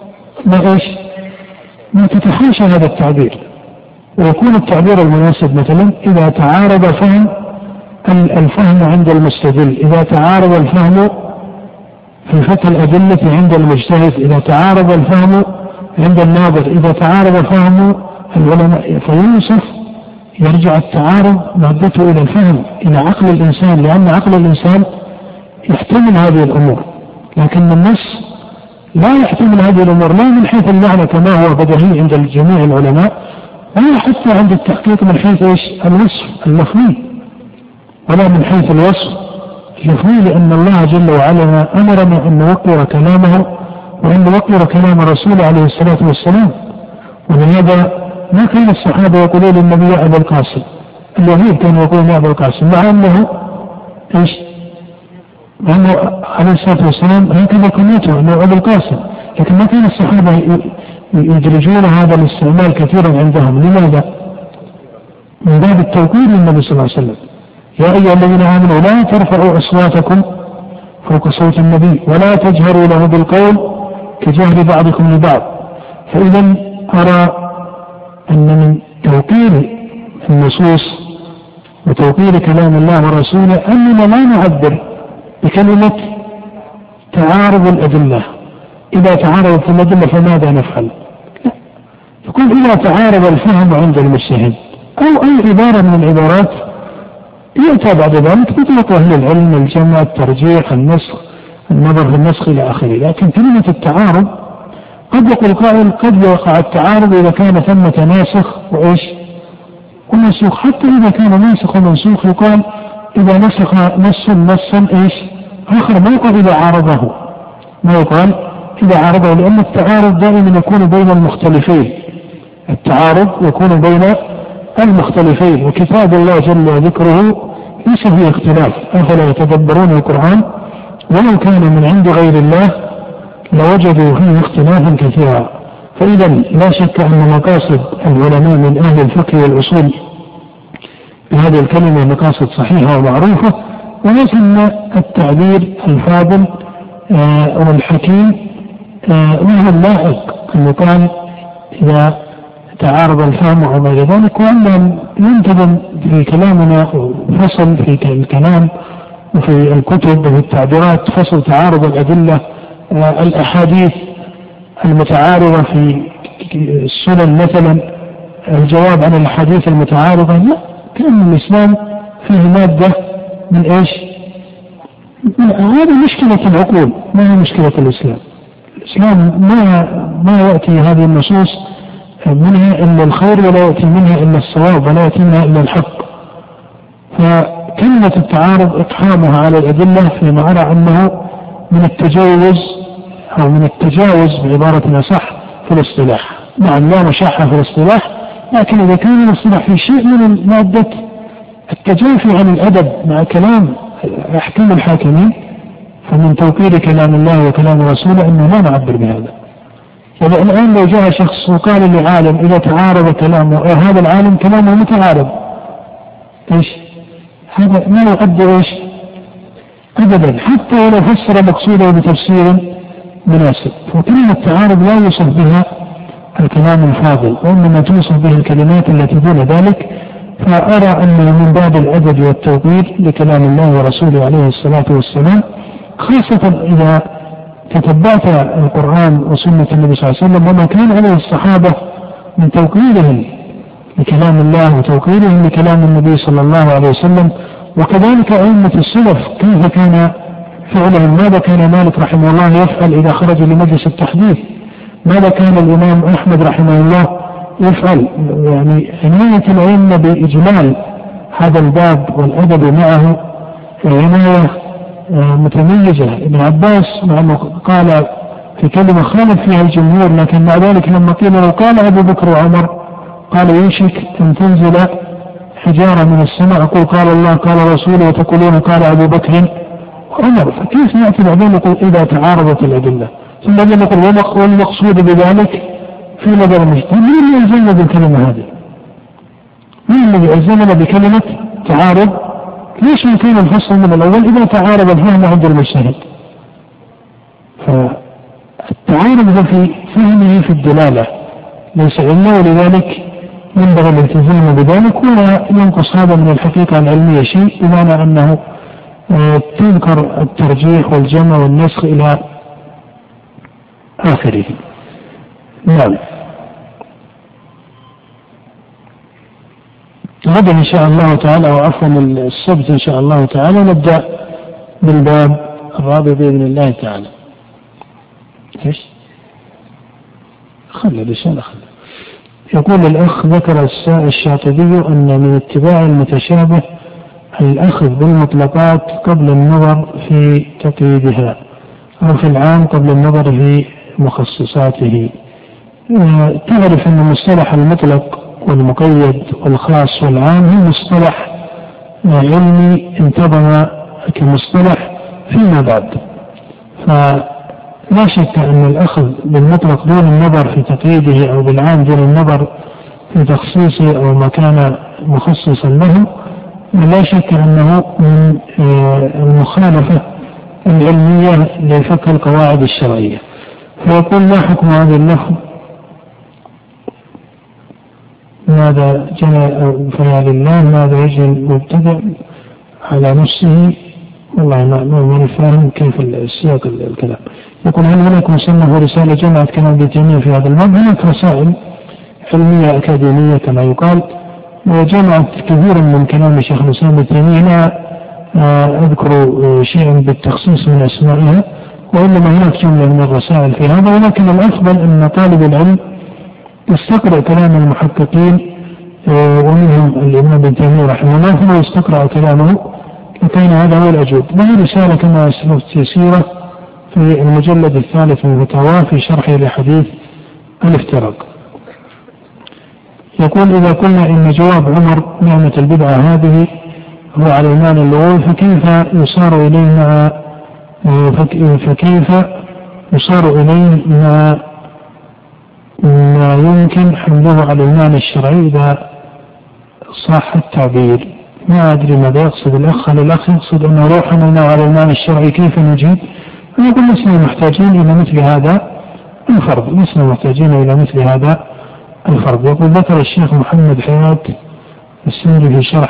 ما تتحاشى هذا التعبير، ويكون التعبير المناسب مثلا إذا تعارض الفهم عند المستدل، إذا تعارض الفهم في فتح الأدلة عند المجتهد، إذا تعارض الفهم عند الناظر، إذا تعارض فهم العلماء، فيوصف يرجع التعارض مادته إلى الفهم، إلى عقل الإنسان، لأن عقل الإنسان يحتمل هذه الأمور، لكن النص لا يحتمل هذه الأمور، لا من حيث المعنى كما هو بديهي عند جميع العلماء، ولا حتى عند التحقيق من حيث الوصف اللفظي، ولا من حيث الوصف اللفظي، لأن الله جل وعلا أمرنا أن نوقر كلامه وأن نوقر كلام رسوله عليه الصلاة والسلام. ولهذا ما كان الصحابة يقولون للنبي يا أبا القاسم، اليهود كانوا يقولون يا أبا القاسم، مع أنه عليه الصلاة والسلام هكذا كنيته أنه أبو القاسم، لكن ما كان الصحابة يدرجون هذا الاستعمال كثيرا عندهم. لماذا؟ من باب التوقير للنبي صلى الله عليه وسلم. يا أيها الذين آمنوا لا ترفعوا أصواتكم فوق صوت النبي ولا تجهروا له بالقول كجهر بعضكم لبعض. فإذا أرى أن من توقير النصوص وتوقير كلام الله ورسوله أننا لا نعبر بكلمة تعارض الأدلة. إذا تعارضت الأدلة فماذا نفعل؟ يقول إذا تعارض الفهم عند المجتهد، أو أي عبارة من العبارات يؤتى بعد ذلك بطرق أهل العلم، الجمع، الترجيح، النسخ، النظر في النسخ إلى آخره. لكن كلمة التعارض قد يقول قائل قد يقع التعارض إذا كان ثمة ناسخ وإيش ومنسوخ. حتى إذا كان ناسخ ومنسوخ يقال إذا نسخ نصا إيش آخر، ما يقال إذا عارضه، ما يقال إذا عارضه، لأن التعارض دائما يكون بين المختلفين. التعارض يكون بين المختلفين، وكتاب الله جل ذكره ليس فيه اختلاف. أفلا يتدبرون القرآن ولو كان من عند غير الله لوجدوا فيه اختلافا كثيرا. فإذا لا شك أن مقاصد العلماء من أهل الفقه والأصول بهذه الكلمة مقاصد صحيحة ومعروفة، ولكن التعبير الفاضل والحكيم وهو اللائق أن يقال إذا تعارض الفهم أو غير ذلك. وأن ينتظم في كلامنا فصل في الكلام وفي الكتب وفي التعبيرات فصل تعارض الأدلة، الأحاديث المتعارضة في السنن مثلا، الجواب عن الأحاديث المتعارضة. لا، كأن الإسلام فيه مادة من إيش؟ هذه مشكلة العقول، ما هي مشكلة الإسلام. الإسلام ما يأتي هذه النصوص منها إلا الخير، ولا يأتي منها إلا الصواب، ولا يأتي منها إلا الحق. فكلمة التعارض إقحامها على الأدلة فيما أرى أنه من التجاوز أو من التجاوز بعبارة أصح في الاصطلاح. نعم لا مشاحة في الاصطلاح، لكن إذا كان الاصطلاح في شيء من مادة التجافي عن الأدب مع كلام أحكام الحاكمين، فمن توقير كلام الله وكلام رسوله أنه لا نعبر بهذا. يعني الآن لو جاء شخص وقال لعالم إذا تعارض كلامه هذا العالم كلامه متعارض، إيش هذا؟ ما يعد إيش أبدا، حتى ولو فسر مقصوده بتفسير مناسب. وكلمة التعارض لا يوصف بها الكلام الفاضل، وإنما توصف به الكلمات التي دون ذلك. فأرى أنه من باب الأدب والتوقير لكلام الله ورسوله عليه الصلاة والسلام، خاصة إذا تتبعت القرآن وسنة النبي صلى الله عليه وسلم وما كان عليه الصحابة من توقيرهم لكلام الله وتوقيرهم لكلام النبي صلى الله عليه وسلم. وكذلك أئمة السلف كيف كان فعلهم، ماذا كان مالك رحمه الله يفعل إذا خرج لمجلس التحديث، ماذا كان الإمام أحمد رحمه الله يفعل. يعني عناية الأئمة بإجمال هذا الباب والأدب معه عناية متميزة. ابن عباس مع أنه قال في كلمة خالف فيها الجمهور، لكن مع ذلك لما قيل له قال أبو بكر وعمر قال يوشك أن تنزل حجارة من السماء أقول قال الله قال رسوله وتقولون قال أبو بكر وعمر. فكيف نأتي بعدين نقول إذا تعارضت الأدلة، ثم بعدين نقول والمقصود بذلك في نظر المجتهد؟ من الذي ألزمنا بالكلمة هذه؟ من الذي ألزمنا بكلمة تعارض؟ ليش يكون الفصل من الأول إذا تعارض الفهم عند المجتهد؟ فالتعارض في فهمه في الدلالة ليس علمه، ولذلك ينبغي الالتزام بذلك، ولا ينقص هذا من الحقيقة العلمية شيء، بمعنى أنه تنكر الترجيح والجمع والنسخ إلى آخره. نعم. غدا إن شاء الله تعالى، أو عفوا السبت إن شاء الله تعالى، نبدأ بالباب الرابع بإذن الله تعالى. إيش؟ خلي. يقول الأخ ذكر الشاطبي أن من اتباع المتشابه الأخذ بالمطلقات قبل النظر في تقييدها، أو في العام قبل النظر في مخصصاته. تعرف أن مصطلح المطلق والمقيد والخاص والعام هو مصطلح علمي انتظم كمصطلح فيما بعد. فلا شك أن الأخذ بالمطلق دون النظر في تقييده أو بالعام دون النظر في تخصيصه أو ما كان مخصصا له لا شك أنه من المخالفة العلمية لفقه القواعد الشرعية. فيقول ما حكم هذا اللفظ؟ ماذا جنى فيا لله ماذا يجري المبتدع على نفسه؟ والله ما نفهم كيف السياق الكلام. يقول هل هناك مصنف رسالة جمعت كلام ابن تيمية في هذا الباب؟ هناك رسائل علمية أكاديمية كما يقال وجمعت كثيرا من كلام شيخ الإسلام ابن تيمية، لا أذكر شيئا بالتخصيص من أسمائها، وإنما هناك جملة من الرسائل في هذا. ولكن الأفضل أن طالب العلم يستقرأ كلام المحققين ومنهم الإمام ابن تيمية رحمه الله، ثم يستقرأ كلامه، وكان هذا هو الأجود. له رسالة كما أسلفت يسيرة في المجلد الثالث من الفتاوى في شرح لحديث الافتراق. يقول: إذا قلنا إن جواب عمر نعمة البدعة هذه هو على المعنى اللغوي، فكيف يصار إليه ما يمكن حمله على المعنى الشرعي إذا صح التعبير؟ ما أدري ماذا يقصد الأخ. هل الأخ يقصد أنه لو حملنا على المعنى الشرعي كيف نجيب؟ أنا أقول: لسنا محتاجين إلى مثل هذا الفرض. يقول: ذكر الشيخ محمد حياة السندي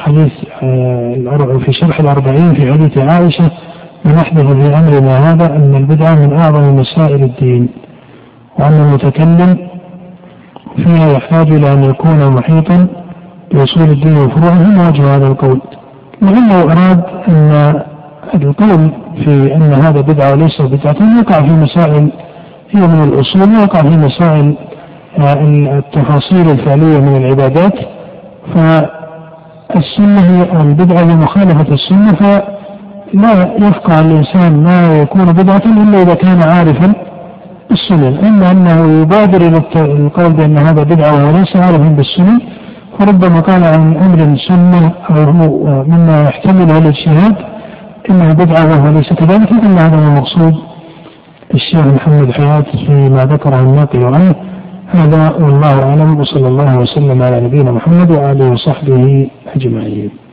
في شرح الأربعين في حديث عائشة: من أحدث في أمرنا هذا أن البدعة من أعظم مسائل الدين، وأن المتكلم فيها يحتاج إلى أن يكون محيطا بأصول الدين وفروعه. ما وجه هذا القول؟ لأنه أراد أن القول في أن هذا بدعة وليس بدعة يقع في مسائل هي من الأصول، ويقع في مسائل التفاصيل الفعلية من العبادات. فالسنة هي البدعة هي مخالفة السنة، فلا يفقه الإنسان ما يكون بدعة إلا إذا كان عارفا السنن. أما أنه يبادر إلى القول بأن هذا بدعة وهو ليس عارفا بالسنن، فربما قال عن أمر سنة أو مما يحتمله الاجتهاد إنه بدعة وهو ليس كذلك. إن هذا هو مقصود الشيخ محمد حياة فيما ذكره الناقل عنه. هذا والله أعلم، وصلى الله وسلم على نبينا محمد وآله وصحبه أجمعين.